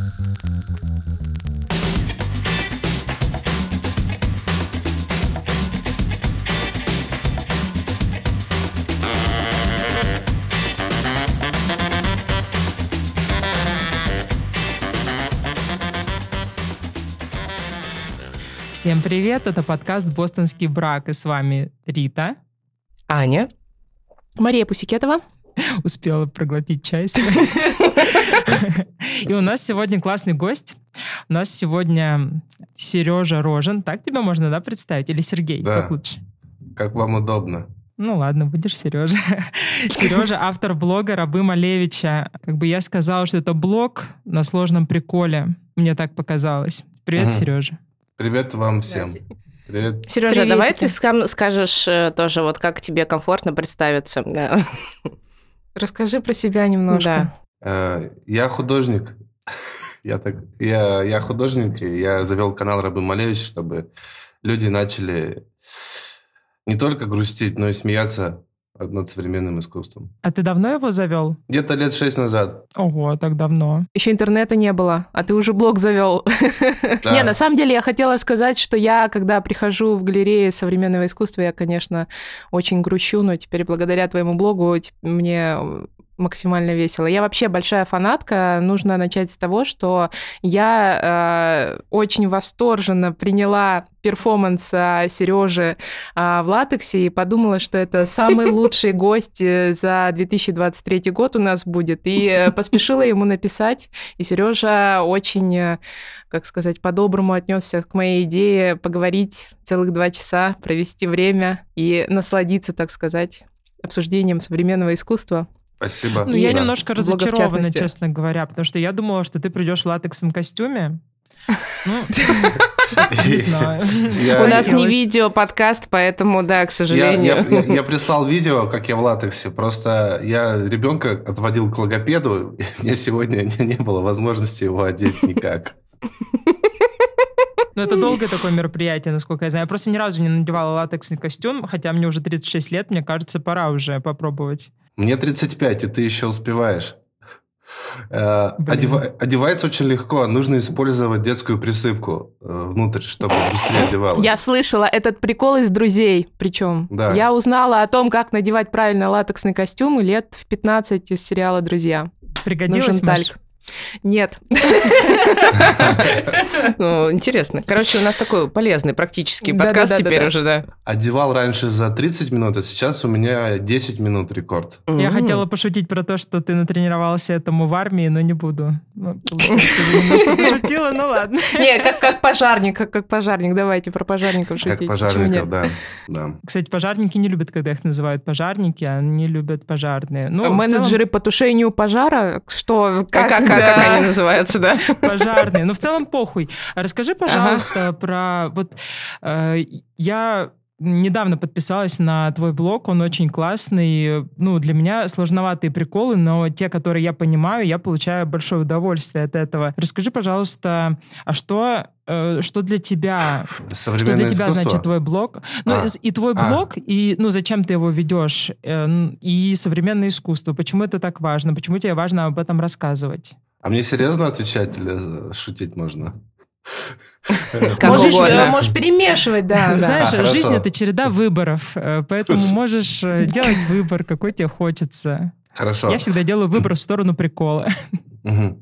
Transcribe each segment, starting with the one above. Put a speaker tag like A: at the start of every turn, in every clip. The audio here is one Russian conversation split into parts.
A: Всем привет, это подкаст «Бостонский брак», и с вами Рита,
B: Аня,
C: Мария Пусикетова.
A: Успела проглотить чай свой. И у нас сегодня классный гость. У нас сегодня Сережа Рожен. Так тебя можно, да, представить? Или Сергей?
D: Да.
A: Как лучше?
D: Как вам удобно.
A: Ну ладно, будешь Сережа. Сережа — автор блога «Рабы Малевича». Как бы я сказала, что это блог на сложном приколе. Мне так показалось. Привет, Сережа.
D: Привет вам всем. Привет.
B: Сережа,
C: Приветики.
B: давай ты скажешь тоже, вот как тебе комфортно представиться. Да.
C: Расскажи про себя немножко.
D: Я художник. Я художник, и я завел канал «Рабы Малевича», чтобы люди начали не только грустить, но и смеяться над современным искусством.
A: А ты давно его завел?
D: Где-то лет 6 назад.
A: Ого, так давно.
C: Еще интернета не было, а ты уже блог завел.
D: Да.
C: Не, на самом деле я хотела сказать, что я, когда прихожу в галереи современного искусства, я, конечно, очень грущу, но теперь благодаря твоему блогу мне максимально весело. Я вообще большая фанатка. Нужно начать с того, что я очень восторженно приняла перформанс Сережи в латексе и подумала, что это самый лучший гость за 2023 год у нас будет. И поспешила ему написать. И Сережа очень, как сказать, по-доброму отнесся к моей идее поговорить целых 2 часа, провести время и насладиться, так сказать, обсуждением современного искусства.
D: Спасибо.
A: Ну, я
D: Да.
A: немножко
C: Блога в
A: разочарована,
C: частности.
A: честно говоря, потому что я думала, что ты придешь в латексном костюме. Ну, не знаю.
D: Я-
B: У нас не
A: Хотелось.
B: видео-подкаст, поэтому, да, к сожалению.
D: Я прислал видео, как я в латексе. Просто я ребенка отводил к логопеду, и мне сегодня не было возможности его одеть никак.
A: Ну, это долгое такое мероприятие, насколько я знаю. Я просто ни разу не надевала латексный костюм, хотя мне уже 36 лет, мне кажется, пора уже попробовать.
D: Мне 35, и ты еще успеваешь. Одевается очень легко. Нужно использовать детскую присыпку внутрь, чтобы быстрее одевалось.
C: Я слышала этот прикол из «Друзей», причем.
D: Да.
C: Я узнала о том, как надевать правильно латексный костюм лет в 15 из сериала «Друзья».
A: Пригодилось,
C: Нужен
A: Маш?
C: тальк. Нет.
B: Ну, интересно. Короче, у нас такой полезный практический подкаст
C: Да-да-да-да-да.
B: теперь уже, да.
D: Одевал раньше за 30 минут, а сейчас у меня 10 минут рекорд.
A: Я хотела пошутить про то, что ты натренировался этому в армии, но не буду. Ну, получается, я немножко пошутила, ну ладно.
C: Не, как пожарник, как пожарник. Давайте про пожарников шутить.
D: Как
C: Почему
D: пожарников,
C: нет?
D: да.
A: Кстати, пожарники не любят, когда их называют пожарники, они любят пожарные. Ну, в целом,
C: Менеджеры по тушению пожара? Что?
B: Как они называются, да?
A: пожарные. Ну, в целом, похуй. А расскажи, пожалуйста, про... Вот я недавно подписалась на твой блог, он очень классный. Ну, для меня сложноватые приколы, но те, которые я понимаю, я получаю большое удовольствие от этого. Расскажи, пожалуйста, а что для тебя... Что
D: Современное
A: для тебя
D: искусство?
A: значит твой блог? Ну, и твой блог, и, ну, зачем ты его ведешь, и современное искусство. Почему это так важно? Почему тебе важно об этом рассказывать?
D: А мне серьезно отвечать или шутить можно?
B: Как угодно.
C: Можешь перемешивать, да.
A: Знаешь,
D: хорошо.
A: жизнь — это череда выборов, поэтому можешь делать выбор, какой тебе хочется.
D: Хорошо.
A: Я всегда делаю выбор в сторону прикола.
D: Мгм.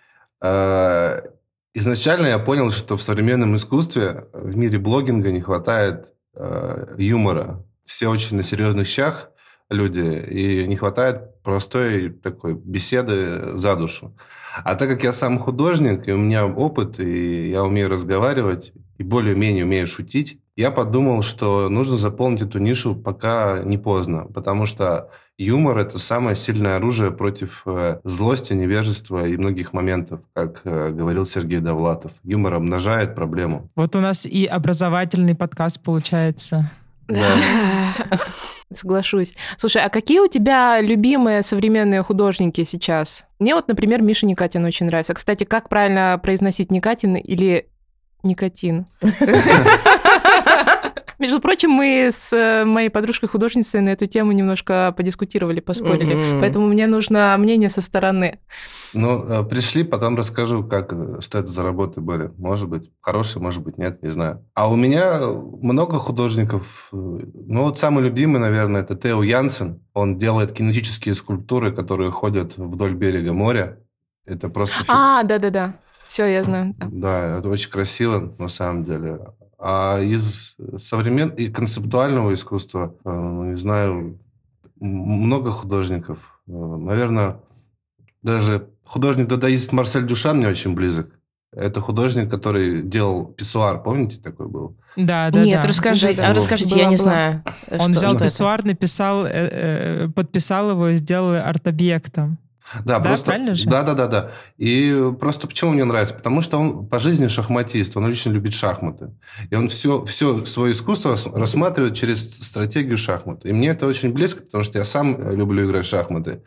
D: Изначально я понял, что в современном искусстве, в мире блогинга не хватает юмора. Все очень на серьезных щах люди, и не хватает простой такой беседы за душу. А так как я сам художник, и у меня опыт, и я умею разговаривать, и более-менее умею шутить, я подумал, что нужно заполнить эту нишу, пока не поздно, потому что юмор – это самое сильное оружие против злости, невежества и многих моментов, как говорил Сергей Довлатов. Юмор умножает проблему.
A: Вот у нас и образовательный подкаст получается.
D: Да.
C: Соглашусь. Слушай, а какие у тебя любимые современные художники сейчас? Мне вот, например, Миша Никатин очень нравится. Кстати, как правильно произносить Никатин или никотин? Между прочим, мы с моей подружкой-художницей на эту тему немножко подискутировали, поспорили. Поэтому мне нужно мнение со стороны.
D: Ну, пришли, потом расскажу, что это за работы были. Может быть, хорошие, может быть, нет, не знаю. А у меня много художников. Ну, вот самый любимый, наверное, это Тео Янсен. Он делает кинетические скульптуры, которые ходят вдоль берега моря. Это просто...
C: Да-да-да. Все, я знаю.
D: Да, это очень красиво, на самом деле. А из современного и концептуального искусства, не знаю, много художников. Наверное, даже художник-дадаист Марсель Дюшан мне очень близок. Это художник, который делал писсуар, помните, такой был?
A: Да.
B: Нет, расскажите, я не знаю.
A: Он взял писсуар, написал, подписал его и сделал арт-объектом.
D: Да, просто,
A: правильно же?
D: Да. И просто почему мне нравится? Потому что он по жизни шахматист, он очень любит шахматы. И он все свое искусство рассматривает через стратегию шахмат. И мне это очень близко, потому что я сам люблю играть в шахматы.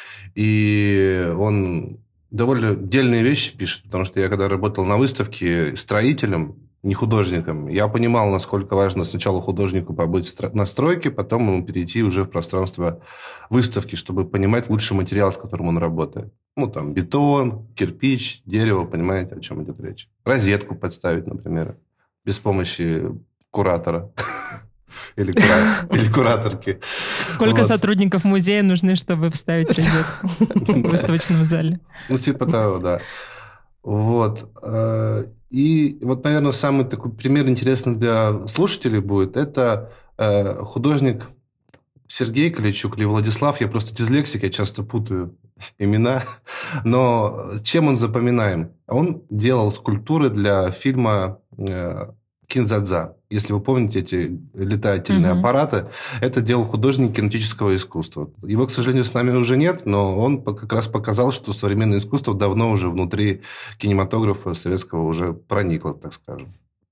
D: И он довольно дельные вещи пишет, потому что я когда работал на выставке строителем, не художником, я понимал, насколько важно сначала художнику побыть на стройке, потом ему перейти уже в пространство выставки, чтобы понимать лучший материал, с которым он работает. Ну, там, бетон, кирпич, дерево, понимаете, о чем идет речь. Розетку подставить, например, без помощи куратора. Или кураторки.
A: Сколько сотрудников музея нужны, чтобы вставить розетку в выставочном зале?
D: Ну, типа того, да. Вот. И вот, наверное, самый такой пример интересный для слушателей будет, это художник Сергей Каличук или Владислав. Я просто дислексик, я часто путаю имена. Но чем он запоминаем? Он делал скульптуры для фильма «Кинзадза». Если вы помните эти летательные аппараты, это делал художник кинетического искусства. Его, к сожалению, с нами уже нет, но он как раз показал, что современное искусство давно уже внутри кинематографа советского уже проникло, так скажем.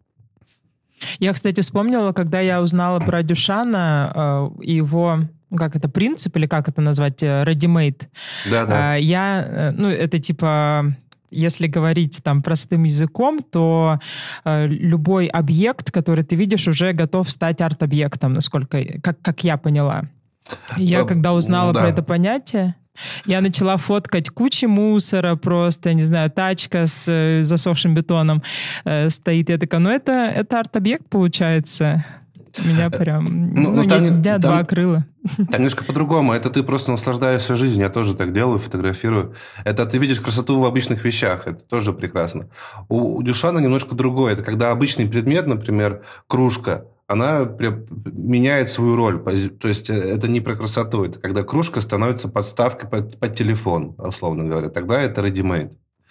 A: Я, кстати, вспомнила, когда я узнала про Дюшана, его... как это, принцип, или как это назвать, ready-made.
D: Да.
A: Это типа... Если говорить там простым языком, то любой объект, который ты видишь, уже готов стать арт-объектом, как я поняла. Я когда узнала про это понятие, я начала фоткать кучи мусора просто, не знаю, тачка с засохшим бетоном стоит. Я такая, это арт-объект получается. Меня прям, два крыла.
D: Там немножко по-другому. Это ты просто наслаждаешься жизнью. Я тоже так делаю, фотографирую. Это ты видишь красоту в обычных вещах. Это тоже прекрасно. У Дюшана немножко другое. Это когда обычный предмет, например, кружка, она меняет свою роль. То есть это не про красоту. Это когда кружка становится подставкой под телефон, условно говоря. Тогда это ready-made.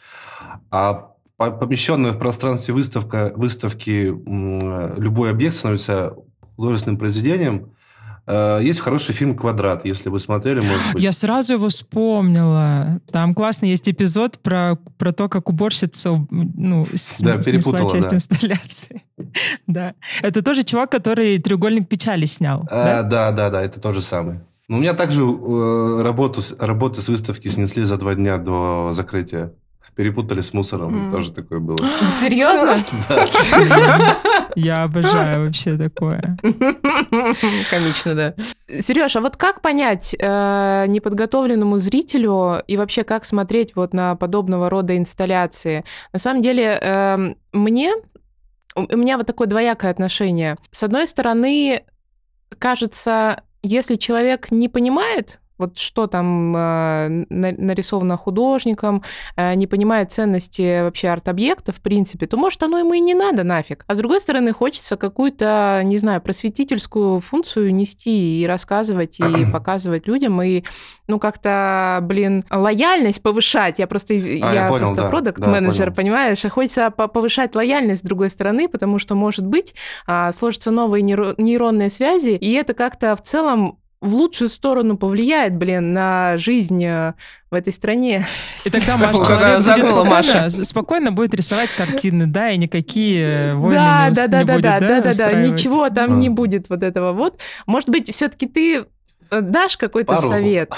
D: А помещенная в пространстве выставки любой объект становится художественным произведением. Есть хороший фильм «Квадрат», если вы смотрели, может быть.
A: Я сразу его вспомнила. Там классный есть эпизод про то, как уборщица снесла часть инсталляции. Да. Это тоже чувак, который «Треугольник печали» снял.
D: Да, это тот же самый. У меня также работы с выставки снесли за 2 дня до закрытия. Перепутали с мусором, тоже такое было.
C: Серьезно?
D: Да.
A: Я обожаю вообще такое.
B: Комично, да.
C: Сереж, а вот как понять неподготовленному зрителю и вообще как смотреть вот на подобного рода инсталляции? На самом деле, у меня вот такое двоякое отношение. С одной стороны, кажется, если человек не понимает, вот что там нарисовано художником, не понимает ценности вообще арт-объекта, в принципе, то, может, оно ему и не надо нафиг. А с другой стороны, хочется какую-то, не знаю, просветительскую функцию нести и рассказывать, и показывать людям, и, как-то, лояльность повышать. Я просто продакт-менеджер, понимаешь? Хочется повышать лояльность с другой стороны, потому что, может быть, сложатся новые нейронные связи, и это как-то в целом в лучшую сторону повлияет, на жизнь в этой стране.
A: И тогда Маша спокойно будет рисовать картины, да, и никакие войны не будет,
C: да, ничего там не будет вот этого вот. Может быть, все-таки ты дашь какой-то совет?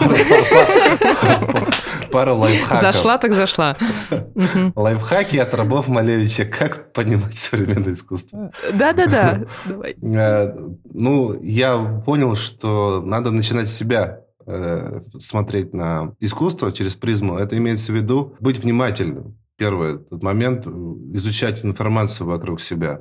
D: Пару лайфхаков.
B: Зашла так зашла.
D: Лайфхаки от рабов Малевича. Как понимать современное искусство?
C: Да-да-да. Давай.
D: Я понял, что надо начинать с себя смотреть на искусство через призму. Это имеется в виду быть внимательным. Первый этот момент – изучать информацию вокруг себя.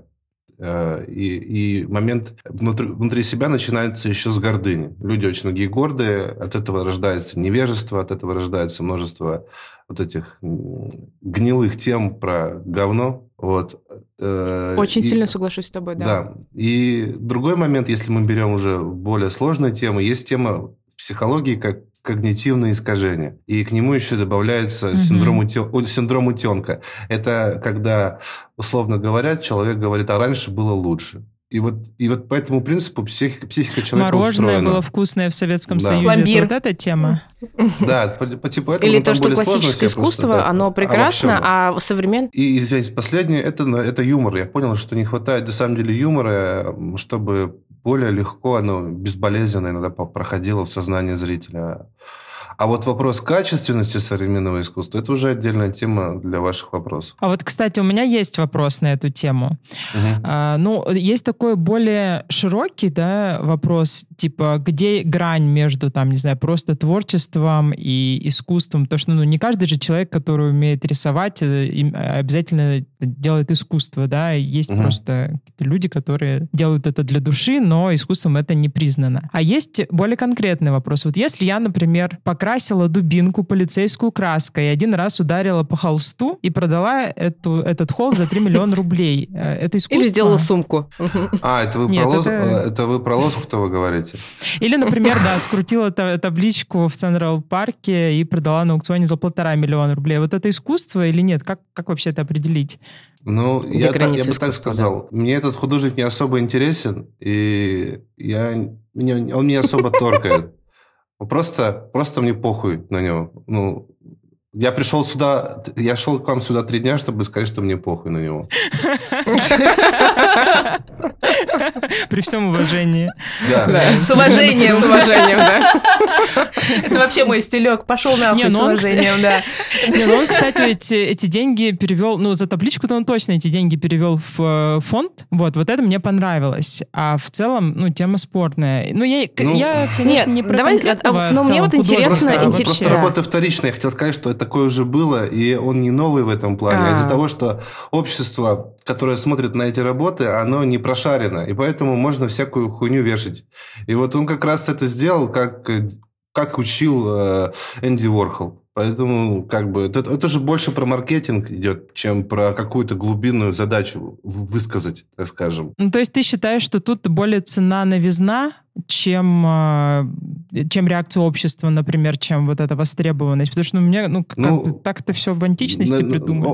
D: И момент внутри себя начинается еще с гордыни. Люди очень многие гордые, от этого рождается невежество, от этого рождается множество вот этих гнилых тем про говно. Вот.
C: Очень сильно соглашусь с тобой, да.
D: Да. И другой момент, если мы берем уже более сложные темы, есть тема в психологии как когнитивные искажения. И к нему еще добавляется синдром утенка. Это когда, условно говоря, человек говорит, а раньше было лучше. И вот по этому принципу психика человека
A: Мороженое
D: устроена.
A: было вкусное в Советском Союзе.
C: Пломбир.
A: Это вот эта тема?
D: Да, по типу этого.
B: Или то, что классическое искусство, оно прекрасно, а современное...
D: И, извините, последнее, это юмор. Я понял, что не хватает, на самом деле, юмора, чтобы более легко, оно безболезненно иногда проходило в сознании зрителя. А вот вопрос качественности современного искусства – это уже отдельная тема для ваших вопросов.
A: А вот, кстати, у меня есть вопрос на эту тему. Есть такой более широкий, да, вопрос, типа, где грань между, там, не знаю, просто творчеством и искусством? Потому что, не каждый же человек, который умеет рисовать, обязательно делает искусство, да, есть просто люди, которые делают это для души, но искусством это не признано. А есть более конкретный вопрос. Вот если я, например, покрасила дубинку полицейскую краской и один раз ударила по холсту и продала этот холст за 3 миллиона рублей, это искусство?
B: Или сделала сумку.
D: Это вы про Лоскутова говорите?
A: Или, например, скрутила табличку в Централ Парке и продала на аукционе за 1,5 миллиона рублей. Вот это искусство или нет? Как вообще это определить?
D: Я бы так сказал. Да. Мне этот художник не особо интересен, и он не особо торкает. Просто мне похуй на него. Я пришел сюда, я шел к вам сюда 3 дня, чтобы сказать, что мне похуй на него.
A: При всем уважении.
C: С уважением, да. Это вообще мой стилек. Пошел нахуй с уважением, да.
A: Он, кстати, эти деньги перевел, за табличку-то он точно эти деньги перевел в фонд. Вот это мне понравилось. А в целом, тема спорная. Я, конечно, не про конкретного,
B: но мне вот интересно...
D: Просто работа вторичная. Я хотел сказать, что такое уже было, и он не новый в этом плане. А из-за того, что общество, которое смотрит на эти работы, оно не прошарено, и поэтому можно всякую хуйню вешать. И вот он как раз это сделал, как учил Энди Уорхол. Поэтому это же больше про маркетинг идет, чем про какую-то глубинную задачу высказать, так скажем.
A: То есть ты считаешь, что тут более цена новизна, чем реакция общества, например, чем вот эта востребованность? Потому что мне так это все в античности придумали.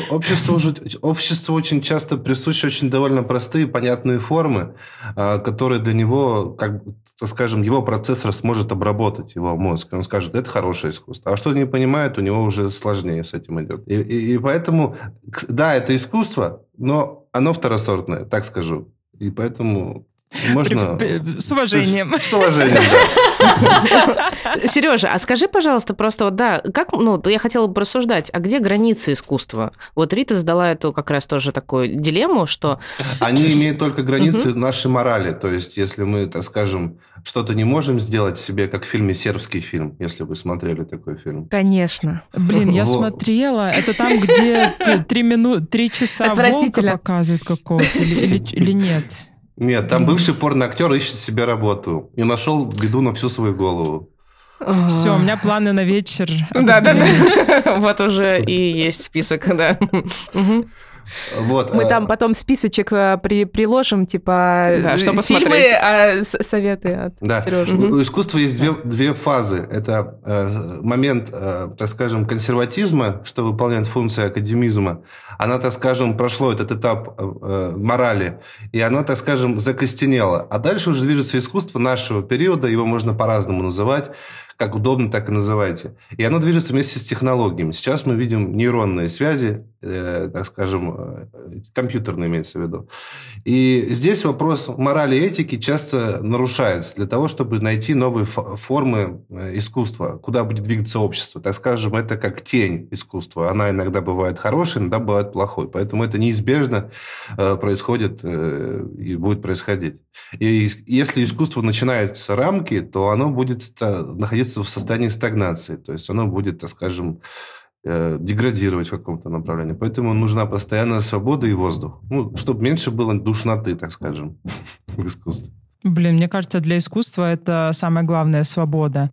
D: Обществу очень часто присущи очень довольно простые, понятные формы, которые для него, скажем, его процессор сможет обработать, его мозг. Он скажет, это хорошее искусство. А что не понимает, у него уже сложнее с этим идет. И поэтому, да, это искусство, но оно второсортное, так скажу. И поэтому... Можно...
A: С уважением.
D: С уважением, да.
B: Сережа, а скажи, пожалуйста, просто я хотела бы порассуждать, а где границы искусства? Вот Рита задала эту как раз тоже такую дилемму, что...
D: Они имеют только границы нашей морали. То есть, если мы, так скажем, что-то не можем сделать себе, как в фильме «Сербский фильм», если вы смотрели такой фильм.
C: Конечно.
A: Блин, я смотрела. Это там, где 3 часа волка показывают какого-то или нет?
D: Нет, там бывший порноактер ищет себе работу и нашел беду на всю свою голову.
A: Все, у меня планы на вечер.
C: Да.
B: Вот уже и есть список, да.
D: Вот.
C: Мы там потом списочек приложим, типа
B: чтобы
C: фильмы, советы от Сережи.
D: У искусства есть две фазы. Это момент, так скажем, консерватизма, что выполняет функции академизма. Она, так скажем, прошло этот этап морали, и оно, так скажем, закостенело. А дальше уже движется искусство нашего периода, его можно по-разному называть, как удобно, так и называйте. И оно движется вместе с технологиями. Сейчас мы видим нейронные связи, так скажем, компьютерные имеется в виду. И здесь вопрос морали и этики часто нарушается для того, чтобы найти новые формы искусства, куда будет двигаться общество. Так скажем, это как тень искусства. Она иногда бывает хорошей, иногда бывает плохой. Поэтому это неизбежно происходит и будет происходить. И если искусство начинается рамки, то оно будет находиться в состоянии стагнации. То есть оно будет, так скажем, деградировать в каком-то направлении. Поэтому нужна постоянная свобода и воздух. Ну, чтобы меньше было душноты, так скажем, в искусстве.
A: Блин, мне кажется, для искусства это самая главная свобода.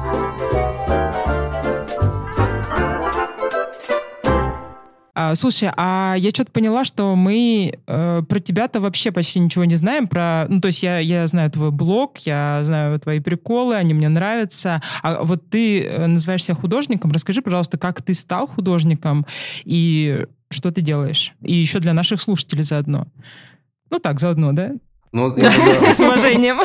A: Слушай, а я что-то поняла, что мы про тебя-то вообще почти ничего не знаем. Ну, то есть я знаю твой блог, я знаю твои приколы, они мне нравятся. А вот ты называешься художником. Расскажи, пожалуйста, как ты стал художником и что ты делаешь? И еще для наших слушателей заодно. Ну так, заодно, да? С уважением.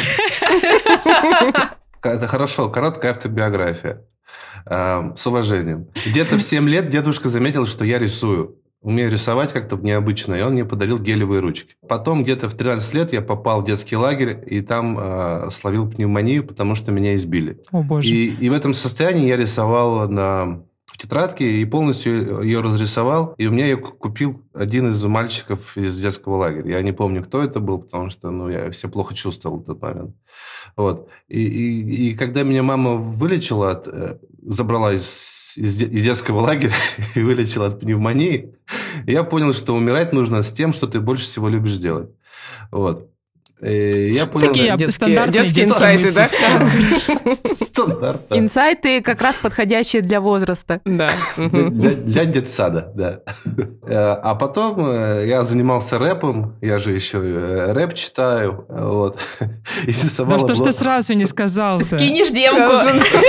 D: Это хорошо, короткая автобиография. С уважением. Где-то в 7 лет дедушка заметил, что я рисую. Умею рисовать как-то необычно, и он мне подарил гелевые ручки. Потом где-то в 13 лет я попал в детский лагерь, и там словил пневмонию, потому что меня избили.
A: О, боже.
D: И в этом состоянии я рисовал в тетрадке и полностью ее разрисовал. И у меня ее купил один из мальчиков из детского лагеря. Я не помню, кто это был, потому что я себя плохо чувствовал в тот момент. Вот. И когда меня мама вылечила, забрала из детского лагеря и вылечила от пневмонии, я понял, что умирать нужно с тем, что ты больше всего любишь делать. Вот. Я понял,
A: такие стандартные
B: детские инсайты, да?
D: Стандартно.
C: Инсайты как раз подходящие для возраста.
B: Да.
D: Для детсада, да. А потом я занимался рэпом, я же еще рэп читаю, вот. И
A: да что ж ты сразу не сказал-то?
B: Скинешь демку.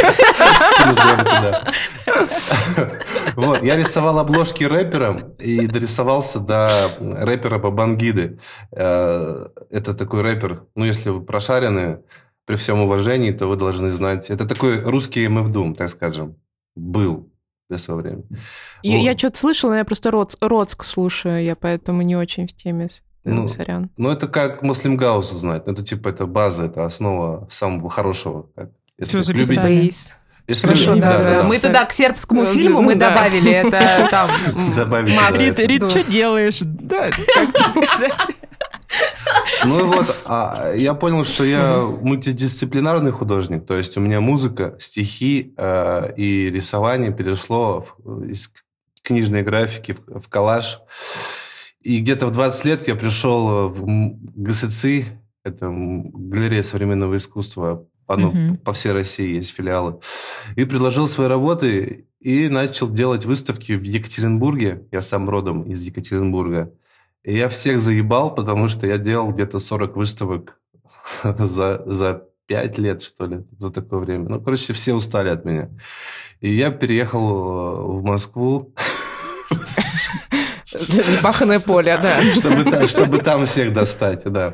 D: Вот, я рисовал обложки рэперам и дорисовался до рэпера Бабангиды. Это такой рэпер, если вы прошарены, при всем уважении, то вы должны знать. Это такой русский MF Doom, так скажем, был для своего времени.
C: Я что-то слышала, но я просто Роцк слушаю, я поэтому не очень в теме. Сорян.
D: Это как Муслим Гаусу знать. Это база, это основа самого хорошего.
A: Все записали.
C: Хорошо, да. Мы туда к сербскому фильму мы добавили это там.
A: Рит, что делаешь? Да, как тебе сказать?
D: Я понял, что я мультидисциплинарный художник, то есть у меня музыка, стихи и рисование перешло из книжной графики в коллаж. И где-то в 20 лет я пришел в ГСЦИ, это галерея современного искусства, по всей России есть филиалы, и предложил свои работы и начал делать выставки в Екатеринбурге. Я сам родом из Екатеринбурга. И я всех заебал, потому что я делал где-то 40 выставок за 5 лет, что ли, за такое время. Все устали от меня. И я переехал в Москву.
B: Непаханное поле, да.
D: Чтобы там всех достать, да.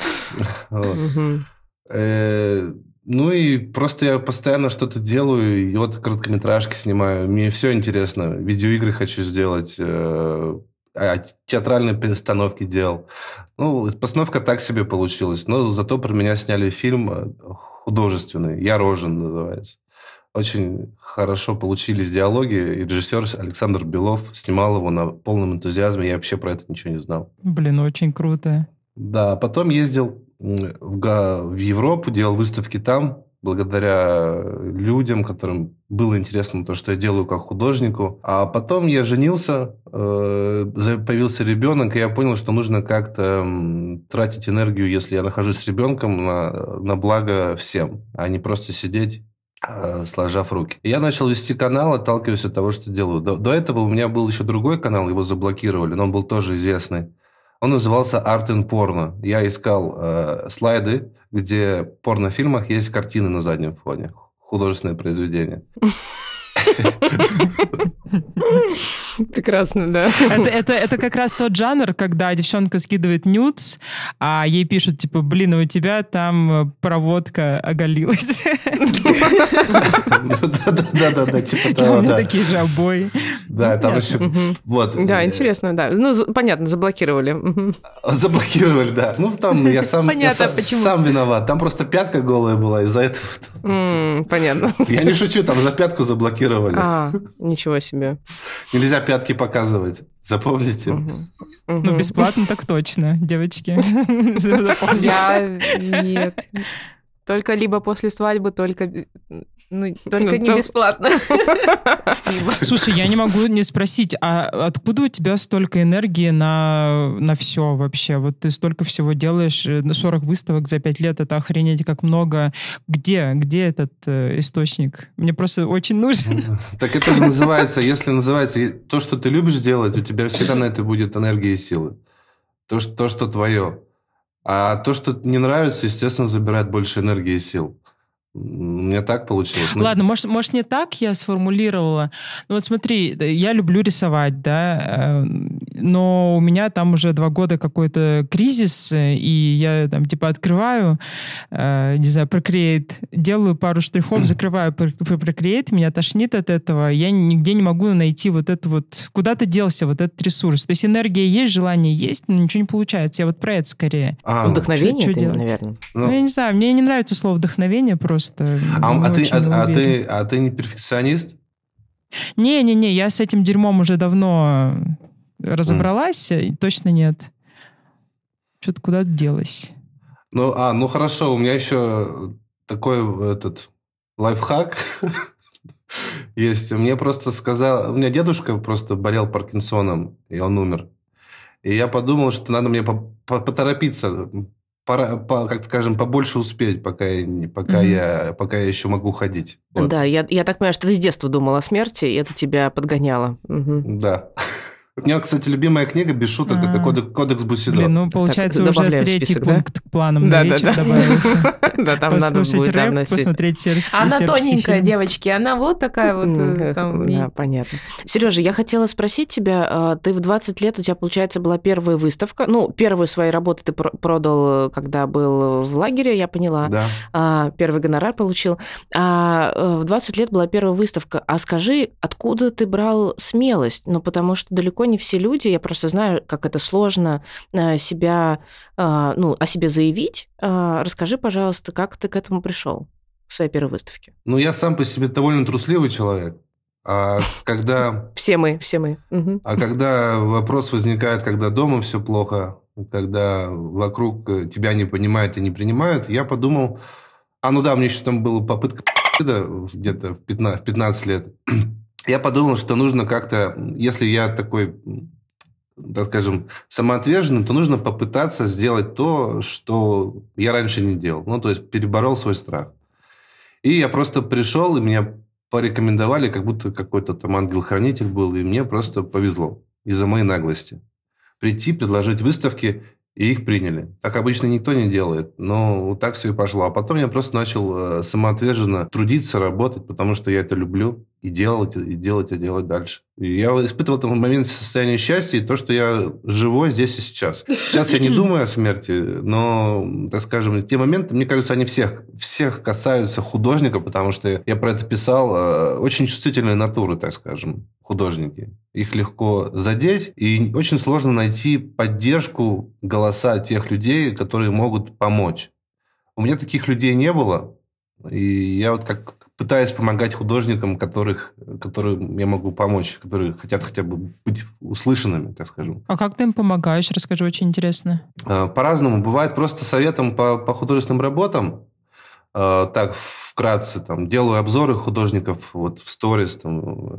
D: И просто я постоянно что-то делаю, и короткометражки снимаю. Мне все интересно. Видеоигры хочу сделать, театральные перестановки делал. Постановка так себе получилась, но зато про меня сняли фильм художественный, «Я рожен» называется. Очень хорошо получились диалоги, и режиссер Александр Белов снимал его на полном энтузиазме, я вообще про это ничего не знал.
A: Блин, очень круто.
D: Да, потом ездил в Европу, делал выставки там, благодаря людям, которым было интересно то, что я делаю как художнику. А потом я женился, появился ребенок, и я понял, что нужно как-то тратить энергию, если я нахожусь с ребенком, на благо всем, а не просто сидеть, сложав руки. И я начал вести канал, отталкиваясь от того, что делаю. До этого у меня был еще другой канал, его заблокировали, но он был тоже известный. Он назывался Art and Porno. Я искал слайды, где в порнофильмах есть картины на заднем фоне, художественные произведения.
B: Прекрасно, да.
A: Это как раз тот жанр, когда девчонка скидывает нюдс, а ей пишут, типа, блин, у тебя там проводка оголилась.
D: Да-да-да, типа
A: У
D: того,
A: меня
D: да.
A: такие же обои.
D: Да, там еще... Вот.
B: Да, интересно, да. Ну, понятно, заблокировали.
D: Заблокировали, да. Ну, там я сам
C: Понятно, почему.
D: сам виноват. Там просто пятка голая была, из-за этого...
B: Понятно.
D: Я не шучу, там за пятку заблокировали.
B: Ничего себе.
D: Нельзя пятки показывать. Запомните.
A: Ну, бесплатно так точно, девочки. Запомните.
C: Нет. Только либо после свадьбы, только не бесплатно.
A: Слушай, я не могу не спросить, а откуда у тебя столько энергии на все вообще? Вот ты столько всего делаешь, 40 выставок за 5 лет, это охренеть как много. Где этот источник? Мне просто очень нужен.
D: Так это же называется, если называется то, что ты любишь делать, у тебя всегда на это будет энергия и силы. То, что твое. А то, что не нравится, естественно, забирает больше энергии и сил. У меня так получилось.
A: Ладно, может, не так я сформулировала. Ну вот смотри, я люблю рисовать, да, но у меня там уже 2 года какой-то кризис, и я там типа открываю, не знаю, Procreate, делаю пару штрихов, закрываю Procreate, меня тошнит от этого, я нигде не могу найти вот это вот, куда-то делся вот этот ресурс. То есть энергия есть, желание есть, но ничего не получается. Я вот про это скорее.
B: Вдохновение,
A: Что делать?
B: наверное.
A: Ну, я не знаю, мне не нравится слово вдохновение просто.
D: А ты не перфекционист?
A: Не, я с этим дерьмом уже давно разобралась, точно нет. Что-то куда-то делось.
D: Ну хорошо, у меня еще такой этот лайфхак есть. Мне просто сказал, у меня дедушка просто болел Паркинсоном, и он умер. И я подумал, что надо мне поторопиться, как скажем, побольше успеть, пока я еще могу ходить. Вот.
B: Да, я так понимаю, что ты с детства думал о смерти, и это тебя подгоняло.
D: Да. У меня, кстати, любимая книга, без шуток, это «Кодекс Бусидо».
A: Блин, ну, получается,
B: Так,
A: уже
B: добавляю в
A: 3-й
B: список,
A: пункт к планам на вечер добавился.
B: Да, там надо
A: Послушать
B: будет
A: рэп,
B: вносить.
A: посмотреть сербский
C: Она тоненькая,
A: фильм.
C: девочки, она вот такая вот.
B: Да, понятно. Сережа, я хотела спросить тебя, ты в 20 лет, у тебя, получается, была первая выставка, ну, первую свои работы ты продал, когда был в лагере, я поняла.
D: Да.
B: Первый гонорар получил. А в 20 лет была первая выставка. А скажи, откуда ты брал смелость? Ну, потому что далеко не все люди, я просто знаю, как это сложно о себе заявить. Расскажи, пожалуйста, как ты к этому пришел, к своей первой выставке?
D: Ну, я сам по себе довольно трусливый человек. А когда...
B: Все мы. Угу.
D: А когда вопрос возникает, когда дома все плохо, когда вокруг тебя не понимают и не принимают, я подумал... мне еще там была попытка где-то в 15 лет. Я подумал, что нужно как-то, если я такой, так скажем, самоотверженный, то нужно попытаться сделать то, что я раньше не делал. Ну, то есть переборол свой страх. И я просто пришел, и меня порекомендовали, как будто какой-то там ангел-хранитель был, и мне просто повезло из-за моей наглости. Прийти, предложить выставки, и их приняли. Так обычно никто не делает, но вот так все и пошло. А потом я просто начал самоотверженно трудиться, работать, потому что я это люблю, и делать дальше. И я испытывал в этот момент состояние счастья и то, что я живой здесь и сейчас. Сейчас я не думаю о смерти, но, так скажем, те моменты, мне кажется, они всех касаются художника, потому что я про это писал, очень чувствительные натуры, так скажем, художники. Их легко задеть, и очень сложно найти поддержку, голоса тех людей, которые могут помочь. У меня таких людей не было, и я вот как пытаюсь помогать художникам, которым я могу помочь, которые хотят хотя бы быть услышанными, так скажем.
A: А как ты им помогаешь? Расскажи, очень интересно.
D: По-разному. Бывает просто советом по художественным работам. Так, вкратце, там, делаю обзоры художников вот в сторис, там,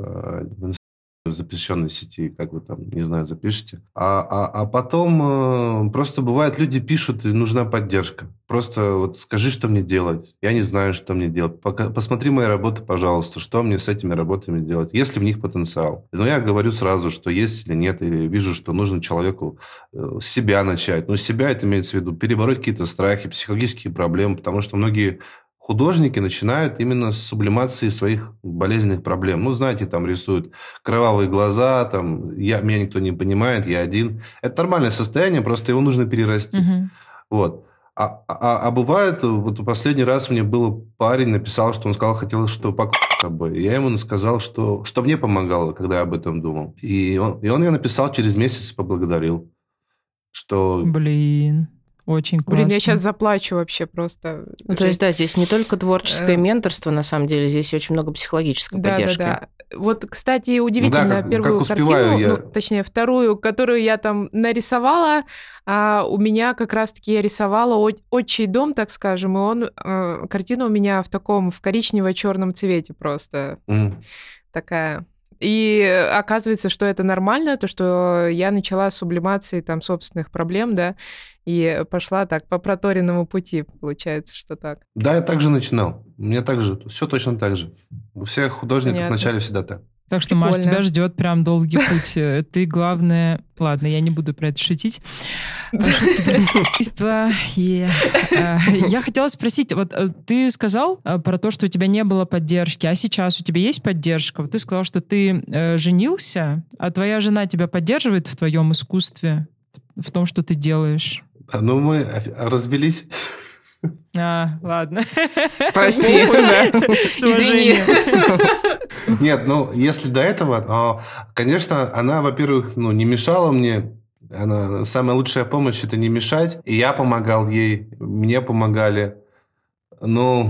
D: в запрещенной сети, как вы там, не знаю, запишите. А потом просто бывает, люди пишут, и нужна поддержка. Просто вот скажи, что мне делать. Я не знаю, что мне делать. Посмотри мои работы, пожалуйста, что мне с этими работами делать, есть ли в них потенциал. Но я говорю сразу, что есть или нет, или вижу, что нужно человеку с себя начать. Но с себя это имеется в виду перебороть какие-то страхи, психологические проблемы, потому что многие художники начинают именно с сублимации своих болезненных проблем. Ну, знаете, там рисуют кровавые глаза, там, меня никто не понимает, я один. Это нормальное состояние, просто его нужно перерасти. Вот. А бывает, вот последний раз мне был парень, написал, что он сказал, хотел, что покончить с собой. Я ему сказал, что мне помогало, когда я об этом думал. И он мне написал, через месяц поблагодарил. Что...
A: Блин, очень классно.
C: Блин, я сейчас заплачу вообще просто.
B: Ну, то есть, да, здесь не только творческое менторство, на самом деле, здесь очень много психологической поддержки.
C: Да. Вот, кстати, удивительно, первую картину, точнее, вторую, которую я там нарисовала, у меня как раз-таки я рисовала «Отчий дом», так скажем, и он, картина у меня в коричнево-черном цвете просто такая... И оказывается, что это нормально, то, что я начала с сублимации там собственных проблем, да, и пошла так по проторенному пути, получается, что так.
D: Да, я так же начинал. У меня так же, все точно так же. У всех художников вначале всегда так.
A: Так что, Маш, тебя ждет прям долгий путь. Ты, главное... Ладно, я не буду про это шутить. Шутки про искусство. Я хотела спросить, вот ты сказал про то, что у тебя не было поддержки, а сейчас у тебя есть поддержка? Вот ты сказал, что ты женился, а твоя жена тебя поддерживает в твоем искусстве, в том, что ты делаешь?
D: Ну, мы развелись.
A: Ладно.
B: Прости.
A: Извини.
D: Нет, ну, если до этого, конечно, она, во-первых, не мешала мне. Самая лучшая помощь – это не мешать. И я помогал ей, мне помогали. Но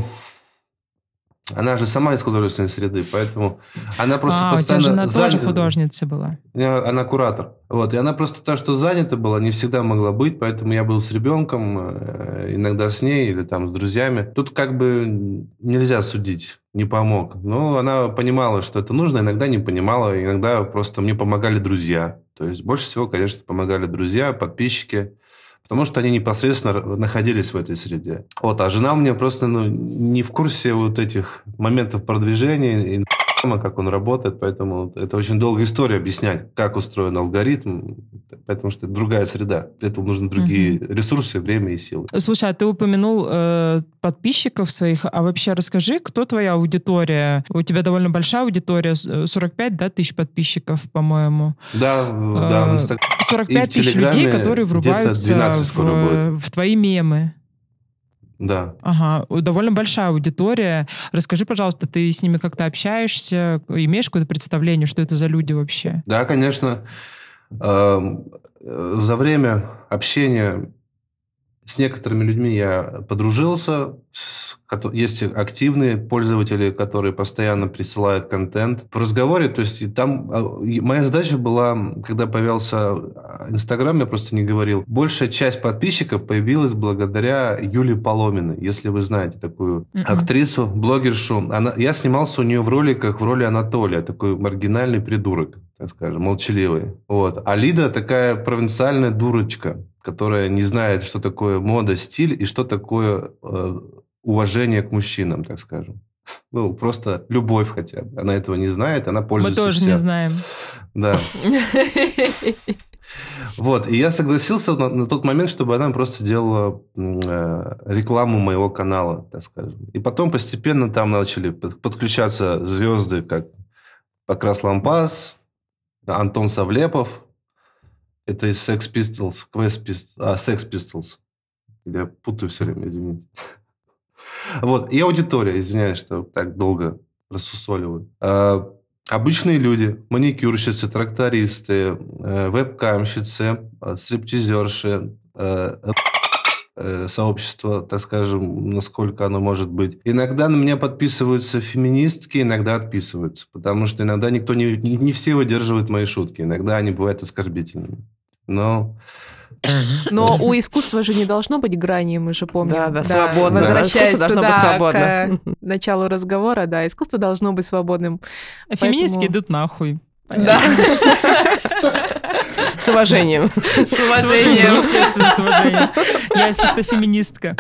D: она же сама из художественной среды, поэтому она просто постоянно...
A: у тебя жена тоже художница была?
D: Она куратор. Вот, и она просто та, что занята была, не всегда могла быть, поэтому я был с ребенком, иногда с ней или там с друзьями. Тут как бы нельзя судить, не помог. Но она понимала, что это нужно, иногда не понимала, иногда просто мне помогали друзья. То есть больше всего, конечно, помогали друзья, подписчики, потому что они непосредственно находились в этой среде. Вот, а жена у меня просто не в курсе вот этих моментов продвижения и как он работает, поэтому это очень долгая история объяснять, как устроен алгоритм, потому что это другая среда. Для этого нужны другие ресурсы, время и силы.
A: Слушай, а ты упомянул подписчиков своих, а вообще расскажи, кто твоя аудитория? У тебя довольно большая аудитория, 45 тысяч подписчиков, по-моему.
D: Да, в Инстаграме.
A: 45 тысяч людей, которые врубаются в твои мемы.
D: Да.
A: Ага, довольно большая аудитория. Расскажи, пожалуйста, ты с ними как-то общаешься? Имеешь какое-то представление, что это за люди вообще?
D: Да, конечно. За время общения с некоторыми людьми я подружился. Есть активные пользователи, которые постоянно присылают контент. В разговоре, то есть там моя задача была, когда появился Инстаграм, я просто не говорил, большая часть подписчиков появилась благодаря Юлии Поломиной, если вы знаете такую актрису, блогершу. Я снимался у нее в роликах в роли Анатолия, такой маргинальный придурок, так скажем, молчаливый. Вот. А Лида такая провинциальная дурочка, которая не знает, что такое мода, стиль и что такое уважение к мужчинам, так скажем. Ну, просто любовь хотя бы. Она этого не знает, она пользуется
A: Мы тоже не знаем.
D: Да. Вот, и я согласился на тот момент, чтобы она просто делала рекламу моего канала, так скажем. И потом постепенно там начали подключаться звезды, как Покрас Лампас, Антон Савлепов. Это из Sex Pistols, Sex Pistols. Я путаю все время, извините. Вот, и аудитория, извиняюсь, что так долго рассусоливаю. Обычные люди, маникюрщицы, трактористы, вебкамщицы, стриптизерши, сообщество, так скажем, насколько оно может быть. Иногда на меня подписываются феминистки, иногда отписываются, потому что иногда не все выдерживают мои шутки, иногда они бывают оскорбительными. Но
C: у искусства же не должно быть грани, мы же помним.
B: Да, свободно.
C: Возвращаясь
B: должно быть свободно.
C: К началу разговора, да, искусство должно быть свободным.
A: А феминистки идут нахуй.
C: Да.
B: С уважением.
C: С уважением.
A: Естественно, с уважением. Я, если что, феминистка.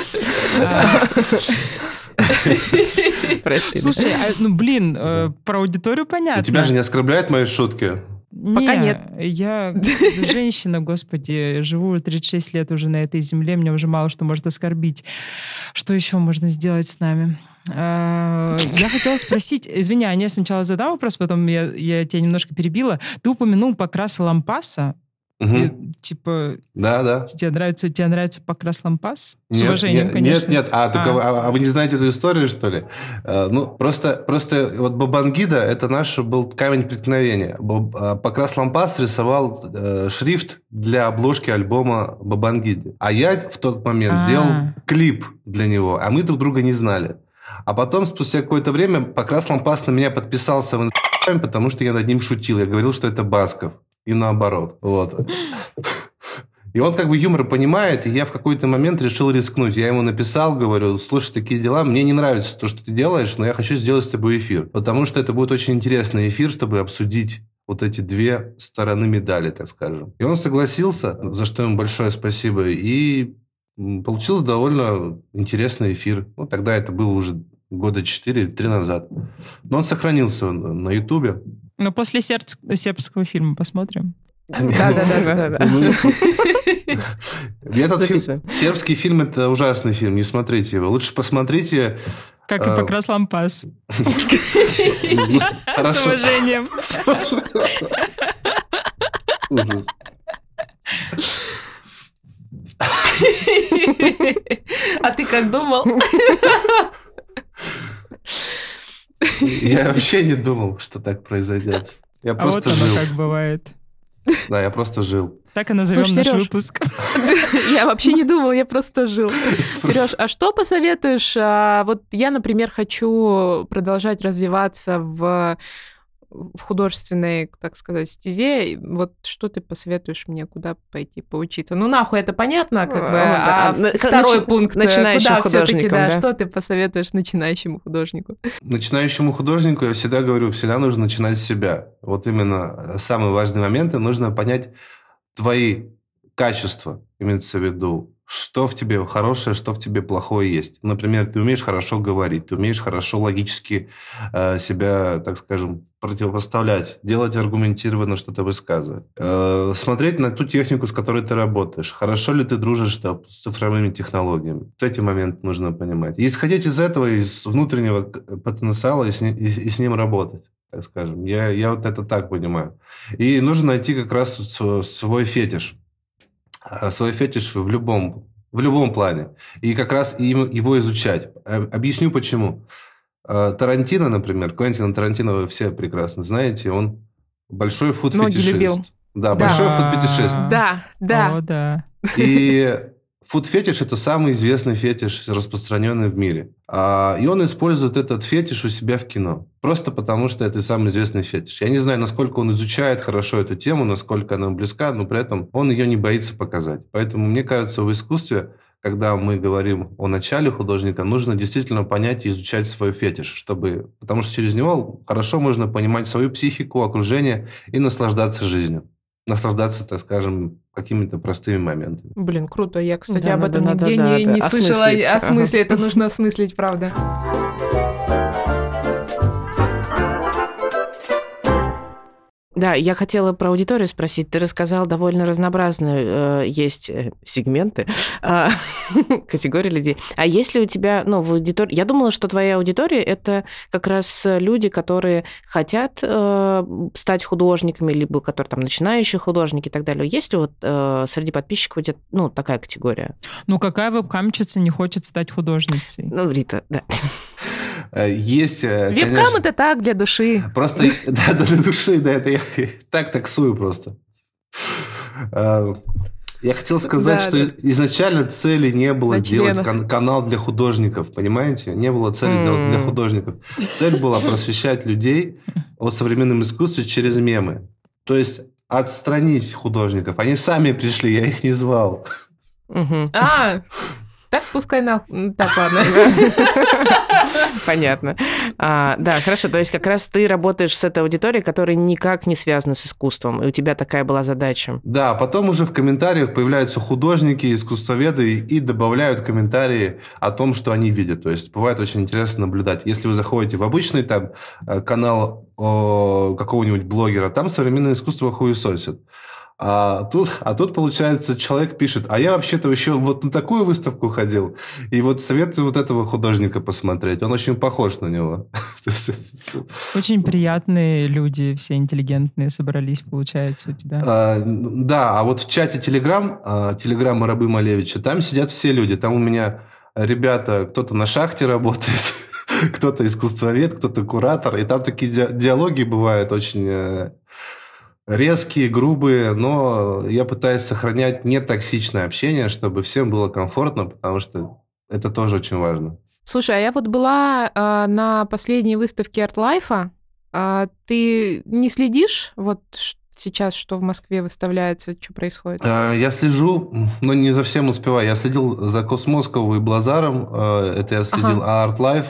B: Прости.
A: Слушай, про аудиторию понятно.
D: Тебя же не оскорбляют мои шутки?
C: Пока нет.
A: Я женщина, господи, живу 36 лет уже на этой земле, мне уже мало что может оскорбить. Что еще можно сделать с нами? Я хотела спросить, извини, я сначала задам вопрос, потом я тебя немножко перебила. Ты упомянул Покраса Лампаса.
D: Мгм.
A: Типа,
D: Да.
A: тебе нравится Покрас Лампас? С
D: Нет,
A: уважением, конечно.
D: Нет. А вы не знаете эту историю, что ли? Просто вот Бабангида – это наш был камень преткновения. Покрас Лампас рисовал шрифт для обложки альбома Бабангиды. А я в тот момент делал клип для него, а мы друг друга не знали. А потом, спустя какое-то время, Покрас Лампас на меня подписался в Инстаграме, потому что я над ним шутил. Я говорил, что это Басков. И наоборот. Вот. И он как бы юмор понимает, и я в какой-то момент решил рискнуть. Я ему написал, говорю, слушай, такие дела, мне не нравится то, что ты делаешь, но я хочу сделать с тобой эфир. Потому что это будет очень интересный эфир, чтобы обсудить вот эти две стороны медали, так скажем. И он согласился, за что ему большое спасибо, и получился довольно интересный эфир. Ну, тогда это было уже года 4 или 3 назад. Но он сохранился на Ютубе.
A: Ну, после сербского фильма посмотрим.
B: Да.
D: Этот фильм, сербский фильм, это ужасный фильм, не смотрите его. Лучше посмотрите...
A: Как и Покрас Лампас. С уважением.
D: Ужас.
C: А ты как думал?
D: Я вообще не думал, что так произойдет. Я просто
A: вот
D: жил.
A: оно как бывает.
D: Да, я просто жил.
A: Так и назовем наш
C: Серёж,
A: выпуск.
C: Я вообще не думал, я просто жил. Сереж, а что посоветуешь? Вот я, например, хочу продолжать развиваться в художественной, так сказать, стезе. Вот что ты посоветуешь мне, куда пойти поучиться? Ну, нахуй, это понятно, как бы. Второй пункт.
B: Начинающим
C: Куда всё-таки,
B: художником, да.
C: Что ты посоветуешь начинающему художнику?
D: Начинающему художнику я всегда говорю, всегда нужно начинать с себя. Вот именно самый важный момент, и нужно понять твои качества, имеется в виду, что в тебе хорошее, что в тебе плохое есть. Например, ты умеешь хорошо говорить, ты умеешь хорошо логически себя, так скажем, противопоставлять, делать аргументированно, что-то высказывать. Смотреть на ту технику, с которой ты работаешь. Хорошо ли ты дружишь с цифровыми технологиями. Эти моменты нужно понимать. И исходить из этого, из внутреннего потенциала и с ним работать, так скажем. Я вот это так понимаю. И нужно найти как раз свой фетиш. Свой фетиш в любом плане. И как раз его изучать. Объясню, почему. Тарантино, например, Квентина Тарантино вы все прекрасно знаете, он большой фуд-фетишист. Да, большой фуд-фетишист.
C: Да.
A: О, да.
D: И фуд-фетиш – это самый известный фетиш, распространенный в мире. И он использует этот фетиш у себя в кино. Просто потому, что это самый известный фетиш. Я не знаю, насколько он изучает хорошо эту тему, насколько она близка, но при этом он ее не боится показать. Поэтому, мне кажется, в искусстве, когда мы говорим о начале художника, нужно действительно понять и изучать свой фетиш, потому что через него хорошо можно понимать свою психику, окружение и наслаждаться жизнью. Наслаждаться, так скажем, какими-то простыми моментами.
C: Блин, круто. Я, кстати,
B: Да,
C: об этом
B: надо,
C: нигде не слышала.
B: осмыслить.
C: О смысле это нужно осмыслить, правда.
B: Да, я хотела про аудиторию спросить. Ты рассказал, довольно разнообразные есть сегменты, категории людей. А есть ли у тебя, в аудитории... Я думала, что твоя аудитория – это как раз люди, которые хотят стать художниками, либо которые там начинающие художники и так далее. Есть ли вот среди подписчиков у тебя, такая категория?
A: Какая вебкамщица не хочет стать художницей?
B: Рита, да.
D: Есть,
C: Вебкам
D: конечно,
C: это так, для души.
D: Просто, да, для души, да, это я так таксую просто. Я хотел сказать, что изначально цели не было делать канал для художников, понимаете? Не было цели для художников. Цель была просвещать людей о современном искусстве через мемы. То есть отстранить художников. Они сами пришли, я их не звал.
C: Так, пускай нахуй. Так, ладно.
B: Понятно. Да, хорошо. То есть как раз ты работаешь с этой аудиторией, которая никак не связана с искусством, и у тебя такая была задача.
D: Да, потом уже в комментариях появляются художники, искусствоведы и добавляют комментарии о том, что они видят. То есть бывает очень интересно наблюдать. Если вы заходите в обычный там канал какого-нибудь блогера, там современное искусство хуесосит. А тут, получается, человек пишет, а я вообще-то еще вот на такую выставку ходил, и вот советую вот этого художника посмотреть, он очень похож на него.
A: Очень приятные люди, все интеллигентные собрались, получается, у тебя.
D: Да, а вот в чате Телеграма Рабы Малевича, там сидят все люди, там у меня ребята, кто-то на шахте работает, кто-то искусствовед, кто-то куратор, и там такие диалоги бывают очень... резкие, грубые, но я пытаюсь сохранять нетоксичное общение, чтобы всем было комфортно, потому что это тоже очень важно.
C: Слушай, а я вот была на последней выставке ArtLife. Ты не следишь вот сейчас, что в Москве выставляется, что происходит?
D: Я слежу, но не за всем успеваю. Я следил за Космосковым и Блазаром, это я следил, а ArtLife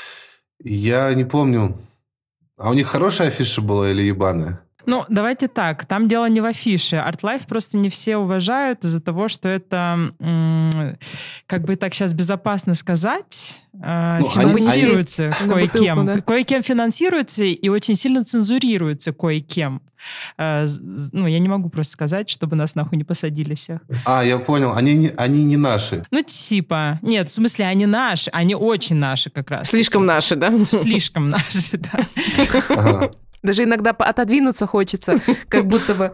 D: я не помню. А у них хорошая афиша была или ебаная?
A: Ну, давайте так, там дело не в афише. ArtLife просто не все уважают из-за того, что это, как бы так сейчас безопасно сказать, финансируется кое-кем. Да? Кое-кем финансируется и очень сильно цензурируется кое-кем. Ну, я не могу просто сказать, чтобы нас нахуй не посадили всех.
D: Я понял. Они не наши.
A: Ну, типа. Нет, в смысле, они наши. Они очень наши как раз.
B: Слишком наши, да?
A: Слишком наши, да.
D: Ага.
C: Даже иногда отодвинуться хочется, как будто бы...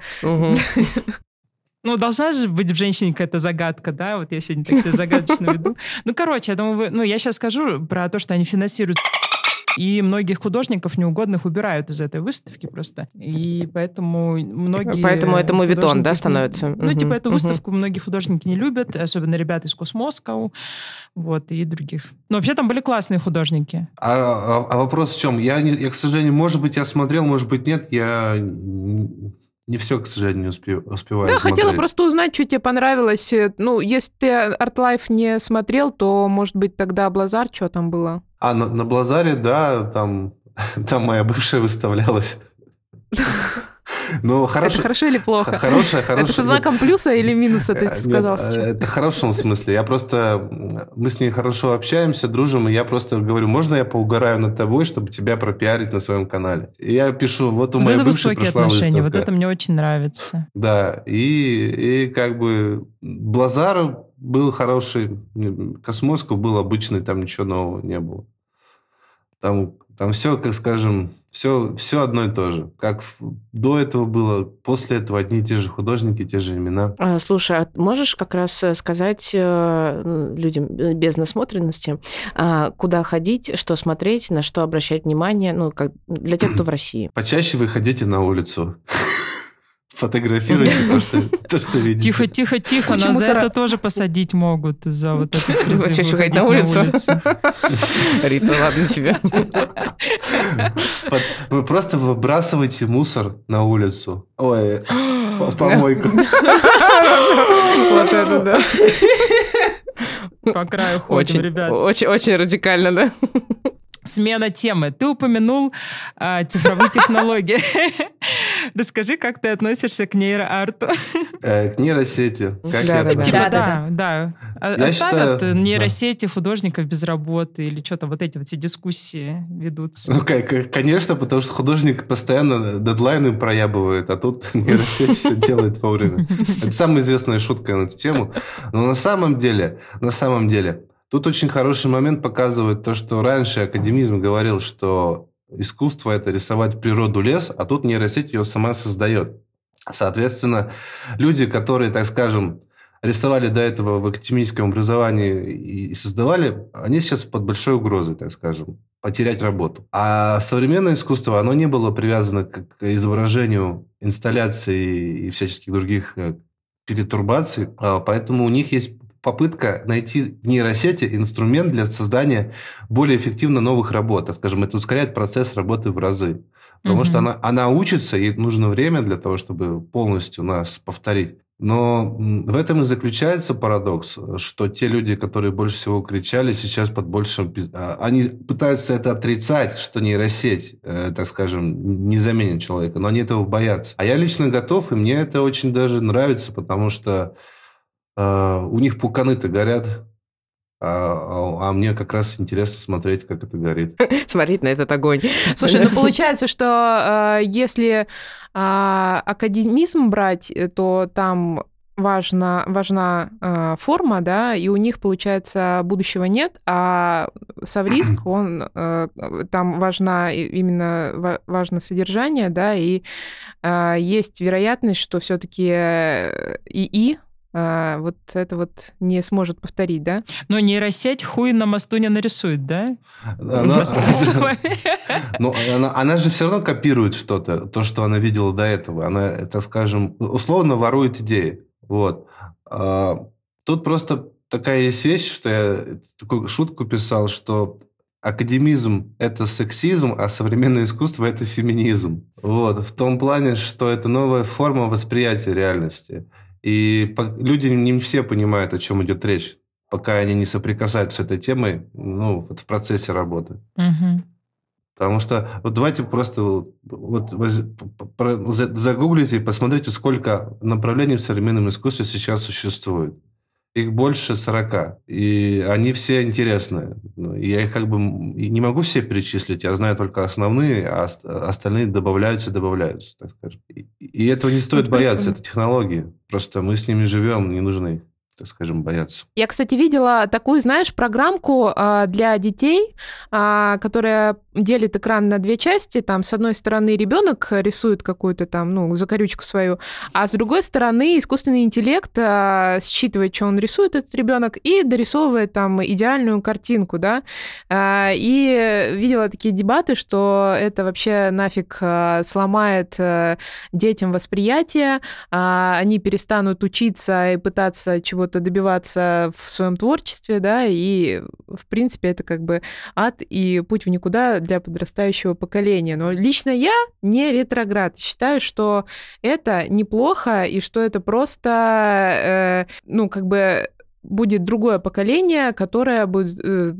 A: Ну, должна же быть в женщине какая-то загадка, да? Вот я сегодня так себя загадочно веду. Ну, короче, я думаю, я сейчас скажу про то, что они финансируют, и многих художников неугодных убирают из этой выставки просто. И поэтому многие...
B: Поэтому это мувитон, да, становится?
A: Ну, типа эту выставку многие художники не любят, особенно ребята из Космоскау, вот, и других. Но вообще там были классные художники.
D: А вопрос в чем? Я, к сожалению, может быть, я смотрел, может быть, нет, я... Не все, к сожалению, не успеваю смотреть.
C: Хотела просто узнать, что тебе понравилось. Ну, если ты ArtLife не смотрел, то, может быть, тогда Блазар, что там было?
D: На Блазаре, да, там моя бывшая выставлялась. Ну,
C: это хорошо или плохо?
D: Хорошее.
C: Это со знаком плюса или минуса, ты сказал сейчас?
D: Это в хорошем смысле. Мы с ней хорошо общаемся, дружим, и я просто говорю, можно я поугараю над тобой, чтобы тебя пропиарить на своем канале? И я пишу, вот у моей бывшей прошла выставка.
A: Вот это мне очень нравится.
D: Да, и как бы Блазар был хороший, Космосков был обычный, там ничего нового не было. Там все, как скажем... Все одно и то же. Как до этого было, после этого одни и те же художники, те же имена.
B: Слушай, а можешь как раз сказать людям без насмотренности, куда ходить, что смотреть, на что обращать внимание, ну, как для тех, кто в России?
D: Почаще выходите на улицу. Фотографируйте то, что видите.
A: Тихо. Нас за это тоже посадить могут. За вот этот призыв
B: вообще выходить на улицу. Рита, ладно тебе.
D: Вы просто выбрасываете мусор на улицу. Ой, помойку.
B: Вот это да.
A: По краю ходим, ребят.
B: Очень радикально, да?
A: Смена темы. Ты упомянул цифровые технологии. Расскажи, как ты относишься к нейроарту?
D: К нейросети. Как я отношусь?
A: Да. Оставят нейросети художников без работы или что-то, вот эти вот все дискуссии ведутся.
D: Ну, конечно, потому что художник постоянно дедлайны проябывает, а тут нейросеть все делает вовремя. Это самая известная шутка на эту тему. Но на самом деле, тут очень хороший момент показывает то, что раньше академизм говорил, что искусство – это рисовать природу, лес, а тут нейросеть ее сама создает. Соответственно, люди, которые, так скажем, рисовали до этого в академическом образовании и создавали, они сейчас под большой угрозой, так скажем, потерять работу. А современное искусство, оно не было привязано к изображению инсталляций и всяческих других перетурбаций, поэтому у них есть попытка найти в нейросети инструмент для создания более эффективно новых работ. Так скажем, это ускоряет процесс работы в разы. Потому что она учится, ей нужно время для того, чтобы полностью нас повторить. Но в этом и заключается парадокс, что те люди, которые больше всего кричали, сейчас под большим... Они пытаются это отрицать, что нейросеть, так скажем, не заменит человека, но они этого боятся. А я лично готов, и мне это очень даже нравится, потому что у них пуканы-то горят, а мне как раз интересно смотреть, как это горит.
B: Смотреть на этот огонь.
C: Слушай, ну получается, что если академизм брать, то там важна форма, да, и у них, получается, будущего нет, а Совриск, там именно важно содержание, да, и есть вероятность, что все-таки ИИ вот это вот не сможет повторить, да?
A: Но нейросеть хуй на мосту не нарисует, да?
D: Она же все равно копирует что-то, то, что она видела до этого. Она, так скажем, условно ворует идеи. Вот. Тут просто такая есть вещь, что я такую шутку писал, что академизм – это сексизм, а современное искусство – это феминизм. Вот. В том плане, что это новая форма восприятия реальности. И люди не все понимают, о чем идет речь, пока они не соприкасаются с этой темой, вот в процессе работы.
A: Угу.
D: Потому что вот давайте просто загуглите и посмотрите, сколько направлений в современном искусстве сейчас существует. Их больше 40. И они все интересные. Я их не могу все перечислить, я знаю только основные, а остальные добавляются, так скажем. И этого не стоит бояться, это технологии. Просто мы с ними живем, не нужно их, так скажем, бояться.
C: Я, кстати, видела такую, знаешь, программку для детей, которая делит экран на две части. Там, с одной стороны, ребенок рисует какую-то там, закорючку свою, а с другой стороны, искусственный интеллект считывает, что он рисует, этот ребенок, и дорисовывает там идеальную картинку, да. И видела такие дебаты, что это вообще нафиг сломает детям восприятие, они перестанут учиться и пытаться чего-то добиваться в своем творчестве, да, и, в принципе, это как бы ад и путь в никуда для подрастающего поколения. Но лично я не ретроград. Считаю, что это неплохо, и что это просто, будет другое поколение, которое будет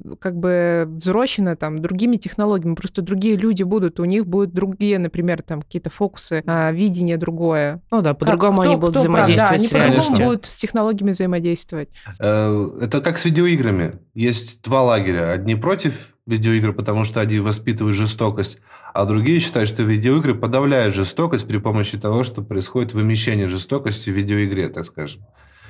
C: взрощено там другими технологиями. Просто другие люди будут, у них будут другие, например, там какие-то фокусы, видение другое.
B: Ну да, по-другому они будут взаимодействовать с реальностью.
C: Они по-другому будут с технологиями взаимодействовать.
D: Это как с видеоиграми. Есть два лагеря. Одни против видеоигр, потому что они воспитывают жестокость, а другие считают, что видеоигры подавляют жестокость при помощи того, что происходит вымещение жестокости в видеоигре, так скажем.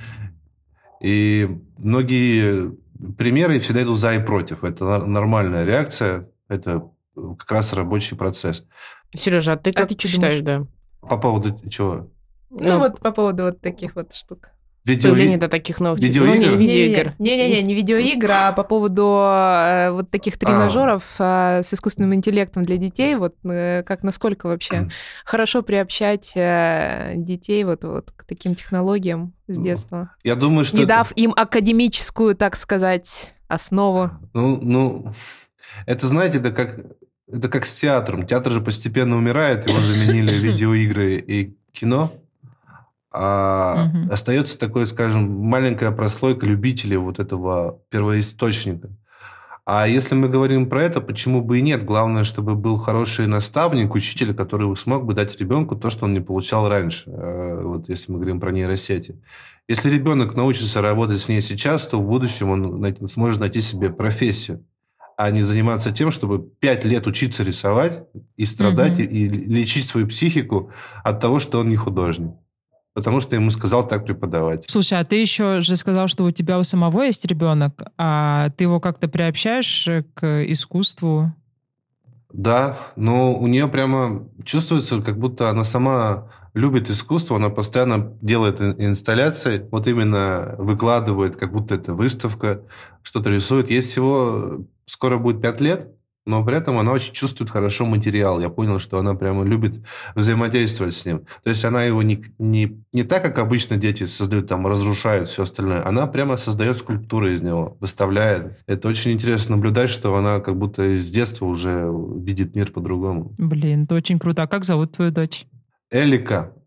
D: И многие примеры всегда идут за и против. Это нормальная реакция, это как раз рабочий процесс.
B: Сережа, а ты как считаешь, да?
D: По поводу чего?
C: По поводу вот таких вот штук.
B: Появление до таких новых
D: видеоигр?
B: видеоигр.
C: Не видеоигр, а по поводу вот таких тренажеров с искусственным интеллектом для детей, вот как насколько вообще хорошо приобщать детей вот к таким технологиям с детства.
D: Я думаю, что...
C: Не дав им академическую, так сказать, основу.
D: Это, знаете, это как с театром. Театр же постепенно умирает, его заменили видеоигры и кино. Остается такой, скажем, маленькая прослойка любителей вот этого первоисточника. А если мы говорим про это, почему бы и нет? Главное, чтобы был хороший наставник, учитель, который смог бы дать ребенку то, что он не получал раньше. Вот если мы говорим про нейросети. Если ребенок научится работать с ней сейчас, то в будущем он сможет найти себе профессию, а не заниматься тем, чтобы 5 лет учиться рисовать и страдать, и лечить свою психику от того, что он не художник. Потому что ему сказал так преподаватель.
A: Слушай, а ты еще же сказал, что у тебя у самого есть ребенок, а ты его как-то приобщаешь к искусству?
D: Да, но у нее прямо чувствуется, как будто она сама любит искусство, она постоянно делает инсталляции, вот именно выкладывает, как будто это выставка, что-то рисует. Ей всего скоро будет 5 лет, но при этом она очень чувствует хорошо материал. Я понял, что она прямо любит взаимодействовать с ним. То есть она его не так, как обычно дети создают, там, разрушают все остальное. Она прямо создает скульптуры из него, выставляет. Это очень интересно наблюдать, что она как будто с детства уже видит мир по-другому.
A: Блин, это очень круто. А как зовут твою дочь?
D: Элика.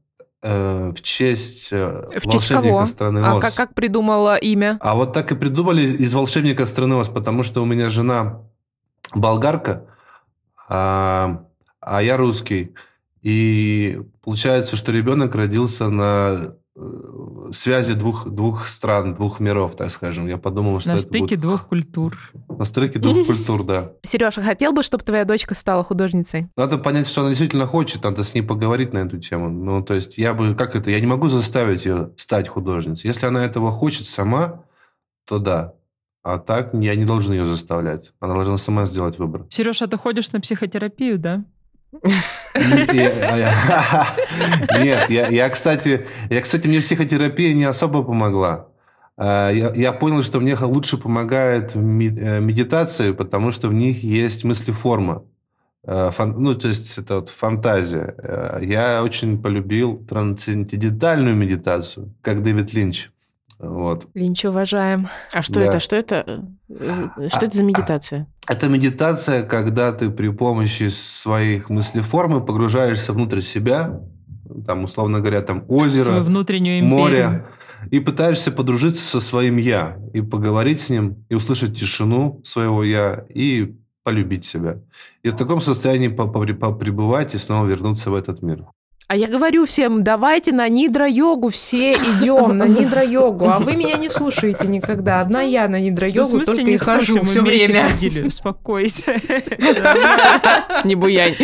D: в честь
C: В честь
D: волшебника
C: кого?
D: страны
C: А
D: Оз.
C: как придумала имя?
D: А вот так и придумали из волшебника страны Оз, потому что у меня жена болгарка, а я русский. И получается, что ребенок родился на связи двух стран, двух миров, так скажем. Я подумал, что
A: На
D: это
A: стыке
D: будет...
A: двух культур.
D: На стыке двух культур, да.
C: Сережа, хотел бы, чтобы твоя дочка стала художницей?
D: Надо понять, что она действительно хочет, надо с ней поговорить на эту тему. Ну, то есть, я не могу заставить ее стать художницей. Если она этого хочет сама, то да. А так я не должен ее заставлять. Она должна сама сделать выбор.
A: Сереж, а ты ходишь на психотерапию, да?
D: Нет, кстати, мне психотерапия не особо помогла. Я понял, что мне лучше помогает медитация, потому что в них есть мыслеформа. Ну, то есть, это вот фантазия. Я очень полюбил трансцендентальную медитацию, как Дэвид Линч. Вот.
C: Линч уважаем.
B: А что
D: Да.
B: это? Что это? Что это за медитация?
D: Это медитация, когда ты при помощи своих мыслеформы погружаешься внутрь себя, там, условно говоря, там озеро,
A: Свою внутреннюю империю.
D: море, и пытаешься подружиться со своим «я», и поговорить с ним, и услышать тишину своего «я», и полюбить себя. И в таком состоянии пребывать и снова вернуться в этот мир.
C: А я говорю всем, давайте на нидро-йогу все идем, на нидро-йогу. А вы меня не слушаете никогда. Одна я на
A: Ну, в
C: нидро-йогу
A: смысле,
C: только
A: не
C: и хожу
A: слушай, мы
C: все
A: вместе
C: время.
A: ходили. Успокойся.
B: Не буянь.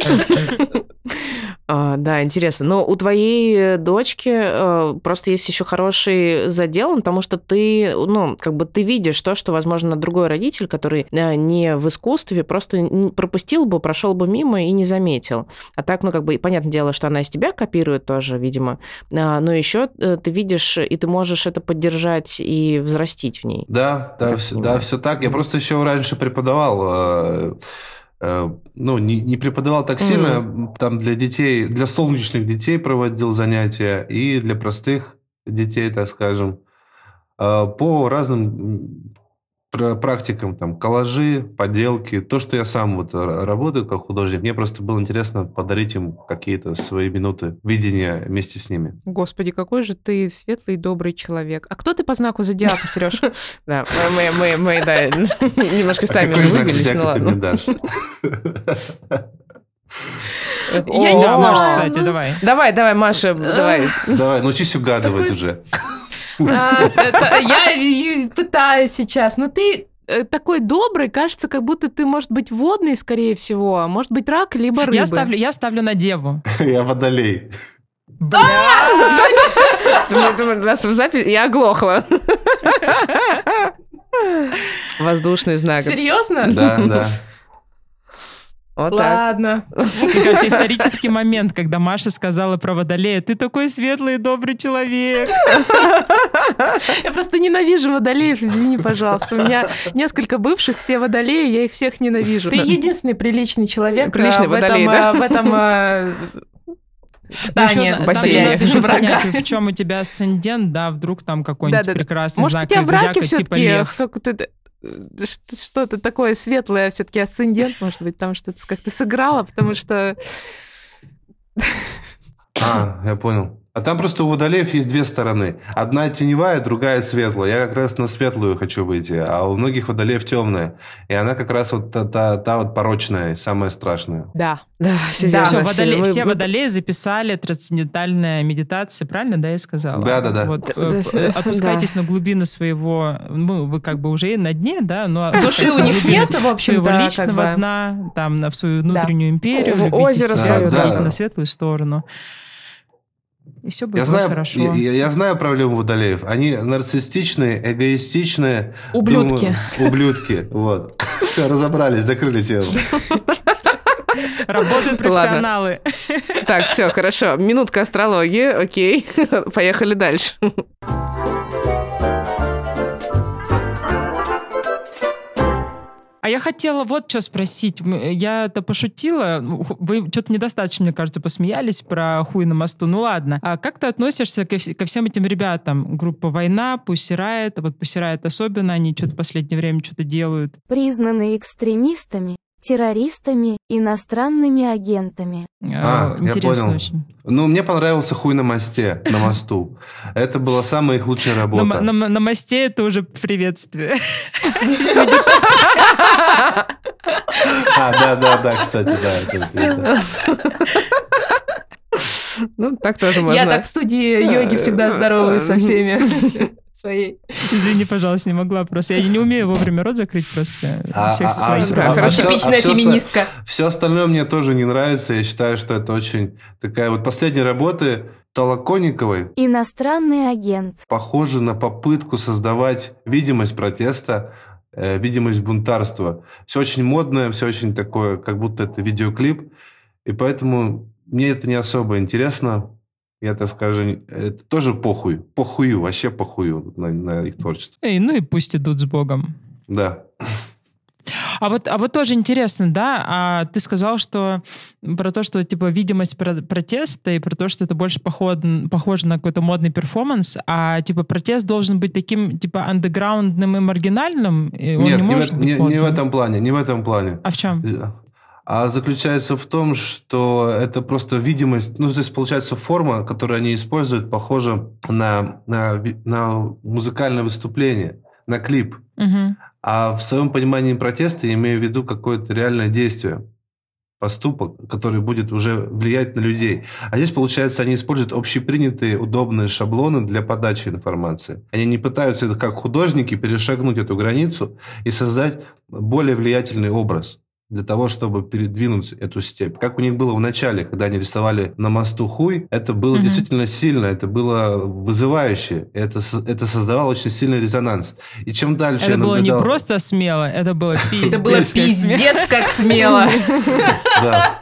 B: Да, интересно. Но у твоей дочки просто есть еще хороший задел, потому что ты, ну, как бы ты видишь то, что, возможно, другой родитель, который не в искусстве, просто пропустил бы, прошел бы мимо и не заметил. А так, ну, как бы, понятное дело, что она из тебя копирует тоже, видимо, но еще ты видишь, и ты можешь это поддержать и взрастить в ней.
D: Да, все так. Я просто еще раньше преподавал... Ну, не преподавал так сильно, там для детей, для солнечных детей проводил занятия и для простых детей, так скажем, по разным практикам, там, коллажи, поделки, то, что я сам вот работаю как художник, мне просто было интересно подарить им какие-то свои минуты видения вместе с ними.
C: Господи, какой же ты светлый, добрый человек. А кто ты по знаку зодиака, Сереж?
B: Да, мы, да, немножко с таймера
D: Какой знак
B: выбились, ну
D: зодиака ты мне
B: ладно.
D: дашь?
C: Я не
A: Знаешь,
C: знаю.
A: кстати, давай.
B: Давай, Маша, давай.
D: Давай, научись угадывать уже.
C: Я и пытаюсь сейчас. Но ты такой добрый, кажется, как будто ты, может быть, водный, скорее всего, а может быть, рак, либо рыба.
A: Я ставлю на деву.
D: Я водолей.
B: Думаю, у нас в записи... Я оглохла. Воздушный знак.
C: Серьезно?
D: Да.
B: Вот так.
C: Ладно.
A: Мне кажется, исторический момент, когда Маша сказала про водолея, ты такой светлый и добрый человек.
C: Я просто ненавижу водолеев, извини, пожалуйста. У меня несколько бывших, все водолеи, я их всех ненавижу. Ты единственный приличный человек
B: Приличный водолей, да?
C: в этом
A: Там же
B: бассейне.
A: надо еще
C: врага.
A: понять, в чем у тебя асцендент, да, вдруг там какой-нибудь
C: Да-да-да.
A: прекрасный
C: Может, у
A: знак
C: тебя в раке
A: зодиака, типа
C: все-таки
A: лев.
C: что-то такое светлое, все-таки асцендент, может быть, там что-то как-то сыграло, потому что...
D: Я понял. А там просто у водолеев есть две стороны. Одна теневая, другая светлая. Я как раз на светлую хочу выйти, а у многих водолеев темная. И она как раз вот та вот порочная, самая страшная.
C: Да.
B: Да,
A: Все,
B: серьезно.
A: все водолеи записали трансцендентальная медитация, правильно, да, я сказала?
D: Да.
A: Вот, опускайтесь на глубину своего, ну, вы как бы уже и на дне, да, но
C: Души у них нет, в общем,
A: своего
C: да,
A: личного
C: как бы.
A: дна, там, в свою внутреннюю империю,
B: В
A: любите
B: озеро
A: себя,
B: свое,
A: выйдите
D: да.
A: на светлую сторону. И все будет
D: Я
A: у вас
D: знаю,
A: хорошо.
D: я знаю проблему водолеев. Они нарциссичные, эгоистичные.
C: Ублюдки.
D: Ублюдки, вот. Все, разобрались, закрыли тему.
A: Работают профессионалы.
B: Так, все, хорошо. Минутка астрологии, окей. Поехали дальше.
A: А я хотела вот что спросить. Я-то пошутила. Вы что-то недостаточно, мне кажется, посмеялись про хуй на мосту. Ну ладно. А как ты относишься ко всем этим ребятам? Группа «Война», Pussy Riot. Вот Pussy Riot особенно. Они что-то в последнее время что-то делают.
E: Признаны экстремистами, террористами, иностранными агентами.
A: Интересно
D: я понял.
A: очень.
D: Ну, мне понравился «Хуй на мосту». Это была самая их лучшая работа.
A: На мосте это уже приветствие.
D: Да, кстати, да.
C: Ну, так тоже можно. Я так в студии йоги всегда здороваюсь со всеми. Своей.
A: Извини, пожалуйста, не могла просто. Я не умею вовремя рот закрыть просто.
C: Типичная феминистка.
D: Все остальное мне тоже не нравится. Я считаю, что это очень такая вот последняя работа Толоконниковой.
E: Иностранный агент.
D: Похоже на попытку создавать видимость протеста, видимость бунтарства. Все очень модное, все очень такое, как будто это видеоклип. И поэтому мне это не особо интересно. Я, так скажем, это тоже похую, вообще похую на их творчество.
A: Ну и пусть идут с Богом.
D: Да.
A: А вот тоже интересно, да, ты сказал, что про то, что типа видимость протеста и про то, что это больше похоже на какой-то модный перформанс, а типа протест должен быть таким типа андеграундным и маргинальным? И он
D: Нет,
A: не может быть модным?
D: не в этом плане.
A: А в чем?
D: А заключается в том, что это просто видимость, ну, то есть, получается, форма, которую они используют, похожа на музыкальное выступление, на клип.
A: Угу.
D: А в своем понимании протеста я имею в виду какое-то реальное действие, поступок, который будет уже влиять на людей. А здесь, получается, они используют общепринятые удобные шаблоны для подачи информации. Они не пытаются, как художники, перешагнуть эту границу и создать более влиятельный образ для того, чтобы передвинуть эту степь. Как у них было в начале, когда они рисовали на мосту хуй, это было действительно сильно, это было вызывающе, это создавало очень сильный резонанс. И чем дальше
A: это было не просто смело, это было пиздец.
C: Это было пиздец как смело.
D: Да.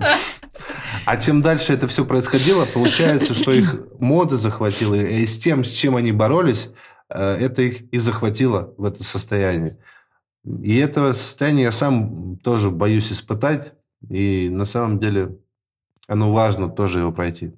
D: А чем дальше это все происходило, получается, что их мода захватила, и с тем, с чем они боролись, это их и захватило в это состояние. И это состояние я сам тоже боюсь испытать, и на самом деле оно важно тоже его пройти.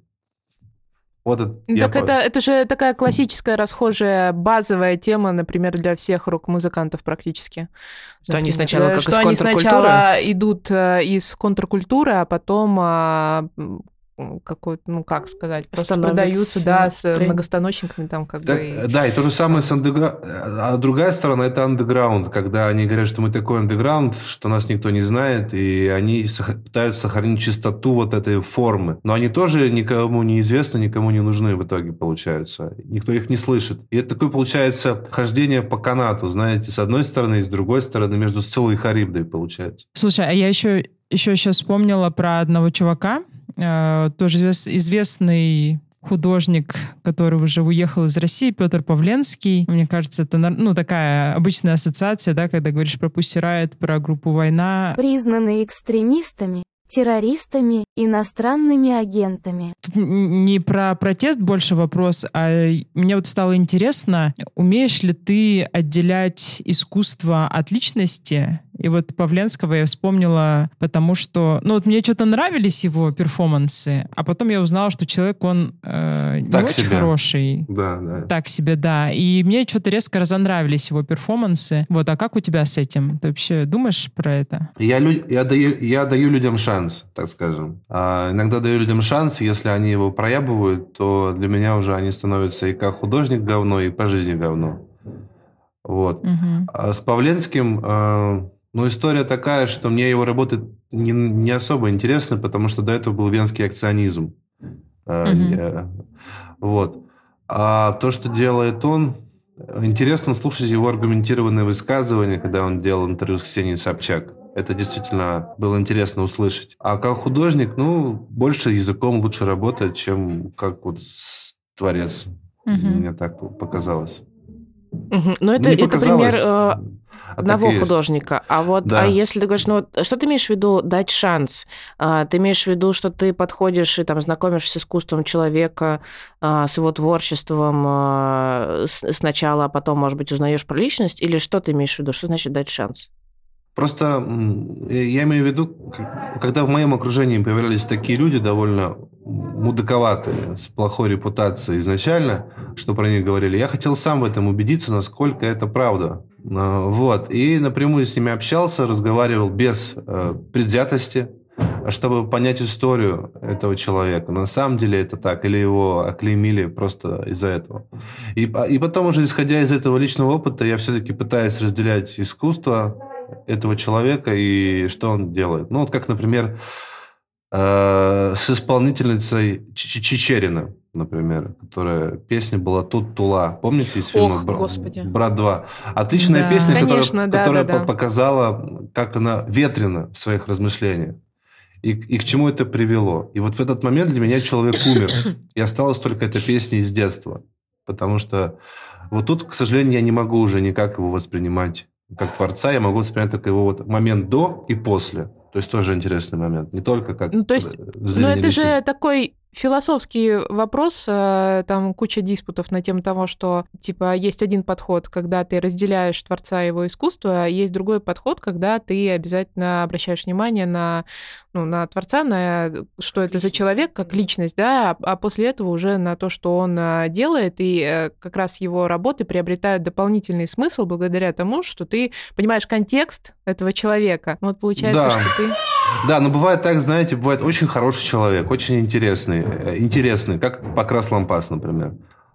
D: Вот
C: это же такая классическая, расхожая, базовая тема, например, для всех рок-музыкантов практически.
B: Что они сначала как из
C: контркультуры. Что они сначала идут из контркультуры, а потом какой-то, ну как сказать, просто продаются, да, с многостаночниками там как
D: так,
C: бы.
D: Да, и то же самое с андеграундом. А другая сторона – это андеграунд, когда они говорят, что мы такой андеграунд, что нас никто не знает, и они пытаются сохранить чистоту вот этой формы. Но они тоже никому не известны, никому не нужны в итоге, получаются. Никто их не слышит. И это такое, получается, хождение по канату, знаете, с одной стороны и с другой стороны, между Сциллой и Харибдой, получается.
A: Слушай, а я еще сейчас вспомнила про одного чувака, тоже известный художник, который уже уехал из России, Петр Павленский. Мне кажется, это такая обычная ассоциация, да, когда говоришь про Pussy Riot, про группу «Война».
E: Признаны экстремистами, террористами, иностранными агентами.
A: Тут не про протест больше вопрос, а мне вот стало интересно, умеешь ли ты отделять искусство от личности? И вот Павленского я вспомнила, потому что, мне что-то нравились его перформансы, а потом я узнала, что человек, он не очень хороший.
D: Да.
A: Так себе, да. И мне что-то резко разонравились его перформансы. Вот, а как у тебя с этим? Ты вообще думаешь про это?
D: Я даю людям шанс, так скажем. Иногда даю людям шанс, если они его проябывают, то для меня уже они становятся и как художник говно, и по жизни говно. Вот. А с Павленским... история такая, что мне его работы не особо интересны, потому что до этого был венский акционизм. Вот. А то, что делает он, интересно слушать его аргументированные высказывания, когда он делал интервью с Ксенией Собчак. Это действительно было интересно услышать. А как художник, больше языком лучше работает, чем как вот творец. Мне так показалось.
B: Но это пример одного художника. А если ты говоришь, что ты имеешь в виду дать шанс? Ты имеешь в виду, что ты подходишь и там знакомишься с искусством человека, с его творчеством сначала, а потом, может быть, узнаешь про личность? Или что ты имеешь в виду? Что значит дать шанс?
D: Просто я имею в виду, когда в моем окружении появлялись такие люди довольно мудаковатые, с плохой репутацией изначально, что про них говорили. Я хотел сам в этом убедиться, насколько это правда. Вот. И напрямую с ними общался, разговаривал без предвзятости, чтобы понять историю этого человека. На самом деле это так, или его оклеймили просто из-за этого. И потом уже, исходя из этого личного опыта, я все-таки пытаюсь разделять искусство этого человека и что он делает. Ну, вот как, например, с исполнительницей Чичерина, например, которая песня была «Тут Тула». Помните из фильма «Брат 2»? Отличная песня,
C: конечно,
D: которая показала, как она ветрена в своих размышлениях. И к чему это привело. И вот в этот момент для меня человек умер. И осталась только эта песня из детства. Потому что вот тут, к сожалению, я не могу уже никак его воспринимать как творца. Я могу воспринимать только его вот момент до и после. То есть тоже интересный момент. Не только как
C: то есть, это же такой философский вопрос, там куча диспутов на тему того, что типа есть один подход, когда ты разделяешь творца и его искусство, а есть другой подход, когда ты обязательно обращаешь внимание на творца, на что это за человек, как личность, да, а после этого уже на то, что он делает, и как раз его работы приобретают дополнительный смысл благодаря тому, что ты понимаешь контекст этого человека. Вот получается, что ты...
D: Да, но бывает так, знаете, бывает очень хороший человек, очень интересный, как Покрас Лампас, например.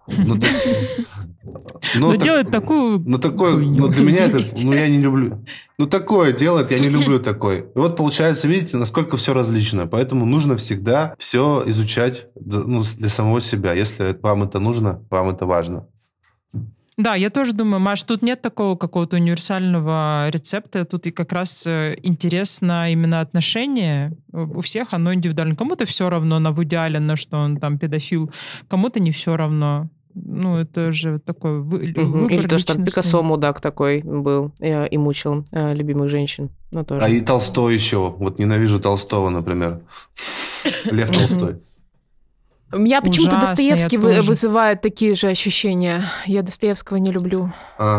A: Но делает такую...
D: для меня это... я не люблю. Такое делает, я не люблю такое. И вот получается, видите, насколько все различно. Поэтому нужно всегда все изучать для самого себя. Если вам это нужно, вам это важно.
A: Да, я тоже думаю, Маш, тут нет такого какого-то универсального рецепта. Тут и как раз интересно именно отношение. У всех оно индивидуально. Кому-то все равно на Вуди Аллена, что он там педофил. Кому-то не все равно. Это же такой выбор
B: или то, что
A: личностный.
B: Пикассо мудак такой был и мучил любимых женщин. Тоже.
D: А и Толстой еще. Вот ненавижу Толстого, например. Лев Толстой.
C: Меня почему-то Достоевский вызывает такие же ощущения. Я Достоевского не люблю.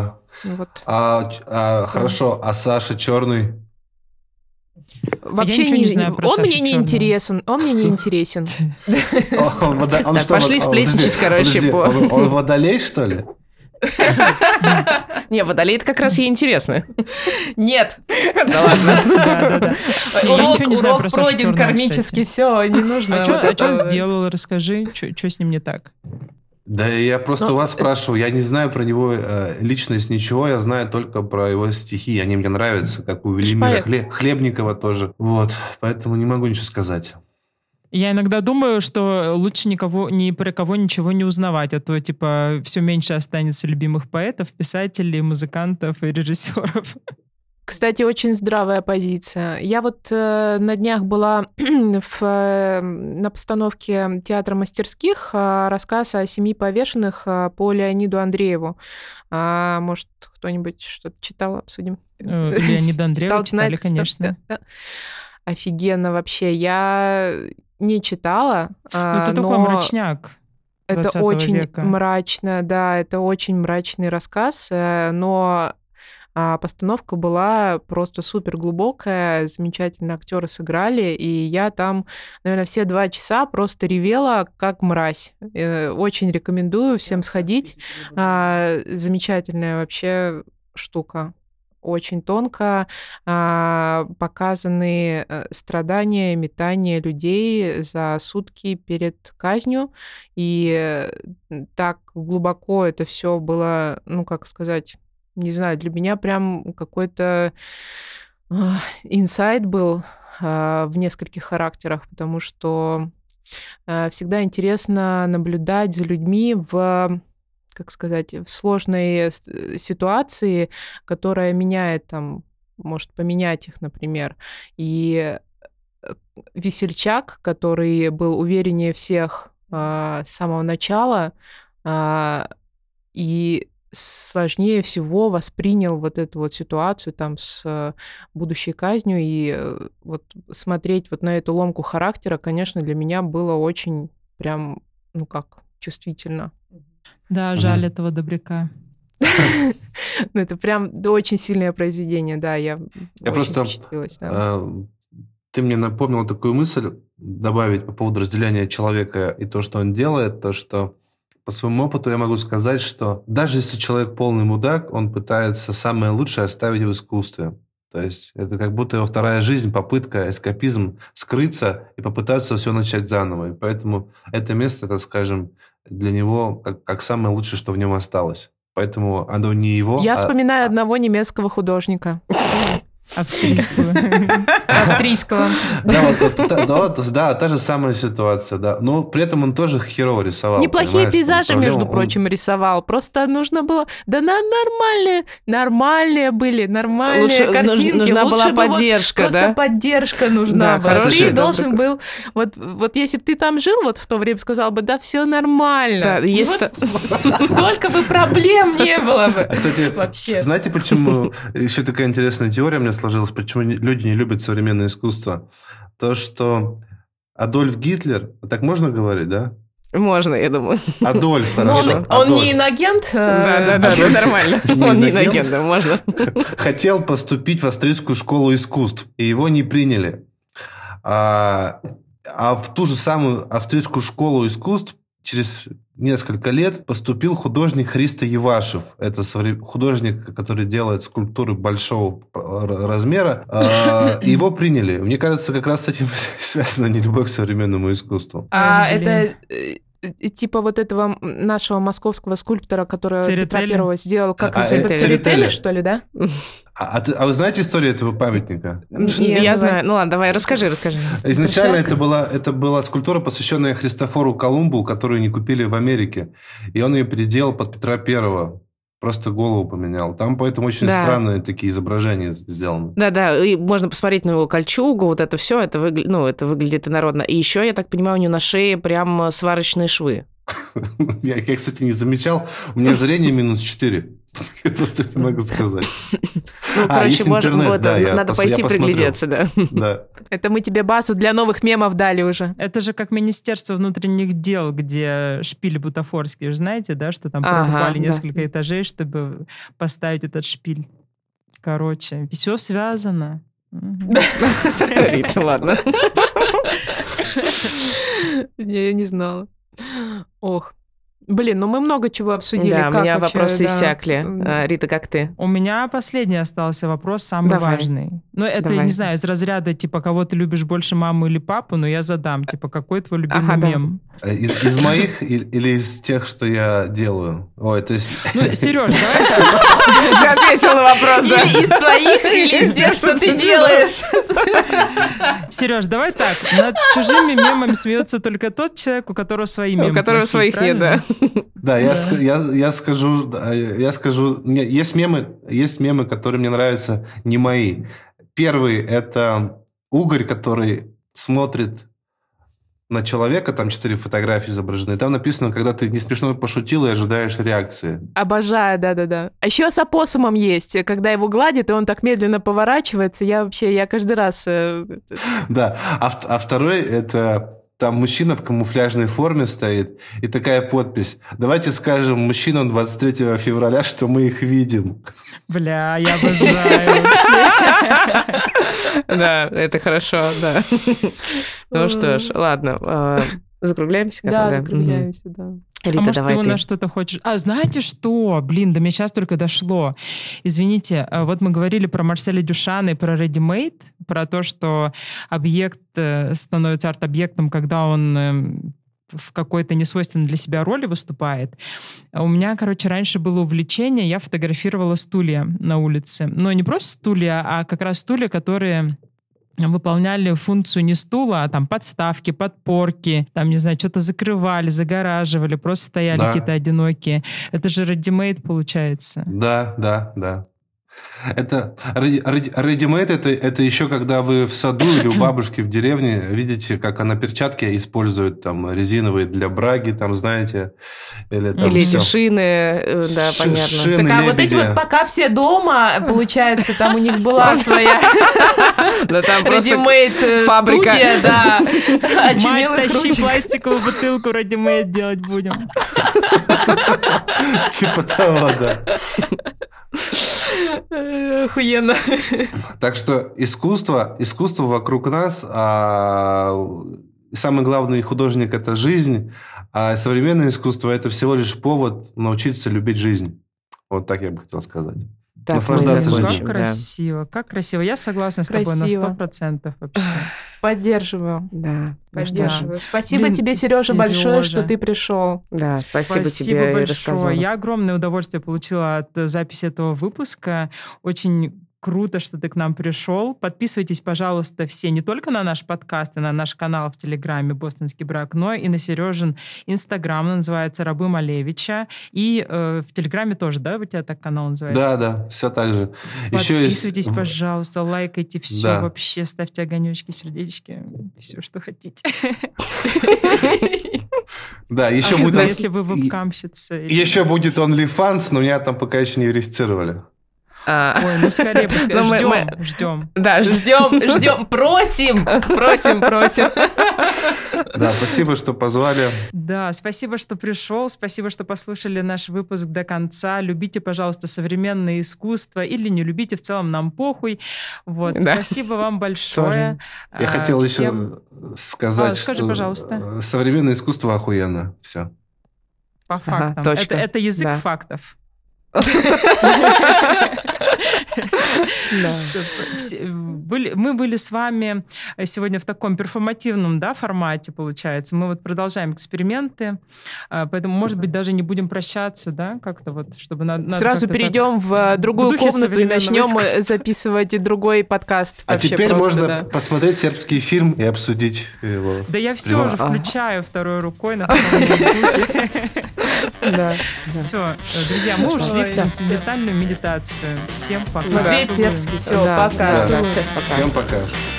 D: Хорошо, а Саша Черный?
C: Вообще
A: не знаю про
C: он
A: Сашу
C: мне не интересен. Он мне не интересен.
B: Так, пошли сплетничать, короче.
D: Он водолей, что ли?
B: Не, водолей это как раз ей интересно.
C: Нет.
B: Да ладно.
A: Да. Я ничего не знаю про Сашу
C: пройден
A: Черного,
C: кармически, все, не нужно.
A: А что он сделал? Расскажи, что с ним не так?
D: Да я просто у вас спрашиваю. Я не знаю про него личность ничего. Я знаю только про его стихи. Они мне нравятся, как у Велимира Хлебникова тоже. Вот, поэтому не могу ничего сказать.
A: Я иногда думаю, что лучше ни про кого ничего не узнавать, а то, все меньше останется любимых поэтов, писателей, музыкантов и режиссеров.
C: Кстати, очень здравая позиция. Я вот на днях была на постановке театра мастерских рассказ о 7 повешенных по Леониду Андрееву. Может, кто-нибудь что-то читал, обсудим?
A: Леонида Андреева читали, конечно.
C: Офигенно вообще. Я не читала.
A: Это такой мрачняк.
C: Это очень
A: века.
C: Мрачно, да, это очень мрачный рассказ, но постановка была просто супер глубокая, замечательно актеры сыграли, и я там, наверное, все 2 часа просто ревела, как мразь. Очень рекомендую всем сходить. Замечательная вообще штука. Очень тонко показаны страдания, метания людей за сутки перед казнью. И так глубоко это все было, как сказать, не знаю, для меня прям какой-то инсайт был в нескольких характерах, потому что всегда интересно наблюдать за людьми в сложной ситуации, которая меняет, может поменять их, например. И весельчак, который был увереннее всех с самого начала, и сложнее всего воспринял вот эту вот ситуацию с будущей казнью, и вот смотреть вот на эту ломку характера, конечно, для меня было очень прям, чувствительно.
A: Да, жаль этого добряка.
C: Это прям очень сильное произведение, да, я очень
D: просто
C: впечатлилась.
D: Ты мне напомнил такую мысль добавить по поводу разделения человека и то, что он делает, то, что по своему опыту я могу сказать, что даже если человек полный мудак, он пытается самое лучшее оставить в искусстве. То есть это как будто его вторая жизнь, попытка, эскапизм скрыться и попытаться все начать заново. И поэтому это место, так скажем, для него как самое лучшее, что в нем осталось. Поэтому оно не его.
C: Я вспоминаю одного немецкого художника.
A: Австрийского.
D: Да, та же самая ситуация, да. Но при этом он тоже херово рисовал.
C: Неплохие пейзажи, между прочим, рисовал. Просто нужно было... Да нормальные были, нормальные картинки.
B: Нужна была поддержка, да?
C: Просто поддержка нужна была. Ты должен был... Вот если бы ты там жил, вот в то время сказал бы, да, все нормально. Столько бы проблем не было бы.
D: Кстати, знаете, почему еще такая интересная теория мне сложилась, почему люди не любят современное искусство? То, что Адольф Гитлер, так можно говорить, да?
B: Можно, я думаю.
D: Адольф, хорошо.
C: Он не инагент?
B: Да, нормально. Он не инагент, да, можно.
D: Хотел поступить в австрийскую школу искусств, и его не приняли. А в ту же самую австрийскую школу искусств через несколько лет поступил художник Христо Евашев. Это художник, который делает скульптуры большого размера. Его приняли. Мне кажется, как раз с этим связана нелюбовь к современному искусству.
C: Это типа вот этого нашего московского скульптора, который Петра Первого сделал, как Церетели, что ли, да?
D: А вы знаете историю этого памятника?
B: Я знаю. Ну ладно, давай, расскажи.
D: Изначально это была скульптура, посвященная Христофору Колумбу, которую не купили в Америке. И он ее переделал под Петра Первого. Просто голову поменял. Там поэтому очень странные такие изображения сделаны.
B: Да, и можно посмотреть на его кольчугу, вот это все, это выглядит инородно. И еще, я так понимаю, у него на шее прям сварочные швы.
D: Я, кстати, не замечал. У меня зрение -4. Я просто не могу сказать.
B: Ну, короче, надо пойти приглядеться,
D: да.
C: Это мы тебе базу для новых мемов дали уже.
A: Это же как Министерство внутренних дел, где шпиль бутафорский, вы знаете, да, что там прорубали несколько этажей, чтобы поставить этот шпиль. Короче, все связано.
B: Рита, ладно.
C: Я не знала. Ох. Блин, ну мы много чего обсудили.
B: Да, у меня вопросы иссякли. Рита, как ты?
A: У меня последний остался вопрос, самый важный. Ну, это, не знаю, из разряда, типа, кого ты любишь больше, маму или папу, но я задам, типа, какой твой любимый мем?
D: Из моих или из тех, что я делаю? Ой, то есть...
A: Ну, Сереж, давай так.
B: Ты ответил на вопрос, да?
C: Или из твоих, или из тех, что ты делаешь.
A: Сереж, давай так. Над чужими мемами смеется только тот человек, у которого свои мемы.
B: У которого своих нет, да.
D: Да, я скажу, есть мемы, которые мне нравятся, не мои. Первый – это угорь, который смотрит на человека, там 4 фотографии изображены, там написано, когда ты не смешно пошутил и ожидаешь реакции.
C: Обожаю, да. А еще с опоссумом есть, когда его гладят, и он так медленно поворачивается, я каждый раз...
D: Да, а второй – это... Там мужчина в камуфляжной форме стоит, и такая подпись. Давайте скажем мужчинам 23 февраля, что мы их видим.
A: Бля, я обожаю вообще.
B: Да, это хорошо, да. Ну что ж, ладно. Закругляемся?
C: Да, закругляемся, да.
A: Рита, может, ты у нас что-то хочешь... знаете что? Блин, до меня сейчас только дошло. Извините, вот мы говорили про Марселя Дюшана и про Ready-Made, про то, что объект становится арт-объектом, когда он в какой-то несвойственной для себя роли выступает. У меня, раньше было увлечение, я фотографировала стулья на улице. Но не просто стулья, а как раз стулья, которые... выполняли функцию не стула, а там подставки, подпорки, там, не знаю, что-то закрывали, загораживали, просто стояли какие-то одинокие. Это же ready-made получается.
D: Да. Это ready-made это еще когда вы в саду или у бабушки в деревне видите, как она перчатки использует, там, резиновые для браги, там, знаете.
B: Или эти шины, да, понятно.
D: Шины,
C: так, а вот эти вот пока все дома, получается, там у них была своя ready-made
B: фабрика.
C: Студия, да.
A: Мать, тащи пластиковую бутылку, ready-made делать будем.
D: Типа того, да.
C: Охуенно.
D: Так что искусство вокруг нас самый главный художник – это жизнь, а современное искусство – это всего лишь повод научиться любить жизнь. Вот так я бы хотел сказать.
B: Так,
D: Наслаждаться
B: мы
D: жизнью.
A: Как
B: закончим, да.
A: красиво, как красиво. Я согласна с тобой на
C: Красиво.
A: 100% вообще.
C: Поддерживаю.
B: Да.
C: Поддерживаю. Спасибо
A: Блин,
C: тебе, Сережа, большое,
A: Серёжа.
C: что ты пришел.
B: Да, спасибо тебе,
A: большое.
B: и рассказала.
A: Я огромное удовольствие получила от записи этого выпуска. Очень круто, что ты к нам пришел. Подписывайтесь, пожалуйста, все не только на наш подкаст и на наш канал в Телеграме «Бостонский брак», но и на Сережин Инстаграм, он называется «Рабы Малевича». И в Телеграме тоже, да, у тебя так канал называется?
D: Да, все так же.
A: Подписывайтесь, пожалуйста, лайкайте все
D: Да.
A: вообще, ставьте огонечки, сердечки, все, что хотите.
D: Да, еще
A: Особенно,
D: будет...
A: если вы вебкамщица.
D: Еще будет OnlyFans, но меня там пока еще не верифицировали.
A: Ой, ну скорее,
B: Но мы-
A: ждем.
B: Да, ждем, просим.
D: Да, спасибо, что позвали.
A: Да, спасибо, что пришел, спасибо, что послушали наш выпуск до конца. Любите, пожалуйста, современное искусство или не любите, в целом нам похуй. Вот,
B: Да.
A: спасибо вам большое.
D: Я хотел
A: Всем
D: еще сказать,
A: скажи,
D: что
A: пожалуйста.
D: современное искусство охуенно. Все.
A: по фактам.
B: точка.
A: Это язык
B: Да.
A: фактов.
B: Да.
A: Мы были с вами сегодня в таком перформативном, да, формате, получается. Мы вот продолжаем эксперименты, поэтому, может быть, даже не будем прощаться, да, как-то вот, чтобы надо
C: Сразу
A: как-то
C: перейдем в другую
A: в духе
C: комнату и
A: современного
C: начнем
A: искусства.
C: записывать другой подкаст.
D: А
C: Вообще
D: теперь
C: просто,
D: можно
C: да.
D: посмотреть сербский фильм и обсудить его.
A: Да я все
D: Прямо.
A: уже включаю второй рукой на втором ноутбуке.
B: Да.
A: Все, друзья, мы ушли в
C: Ой,
A: трансцендентальную медитацию. Всем пока.
C: Смотреть
A: Целую.
C: сербский. Все,
B: Да,
C: пока.
B: да,
C: Целую.
B: всех пока.
D: Всем пока.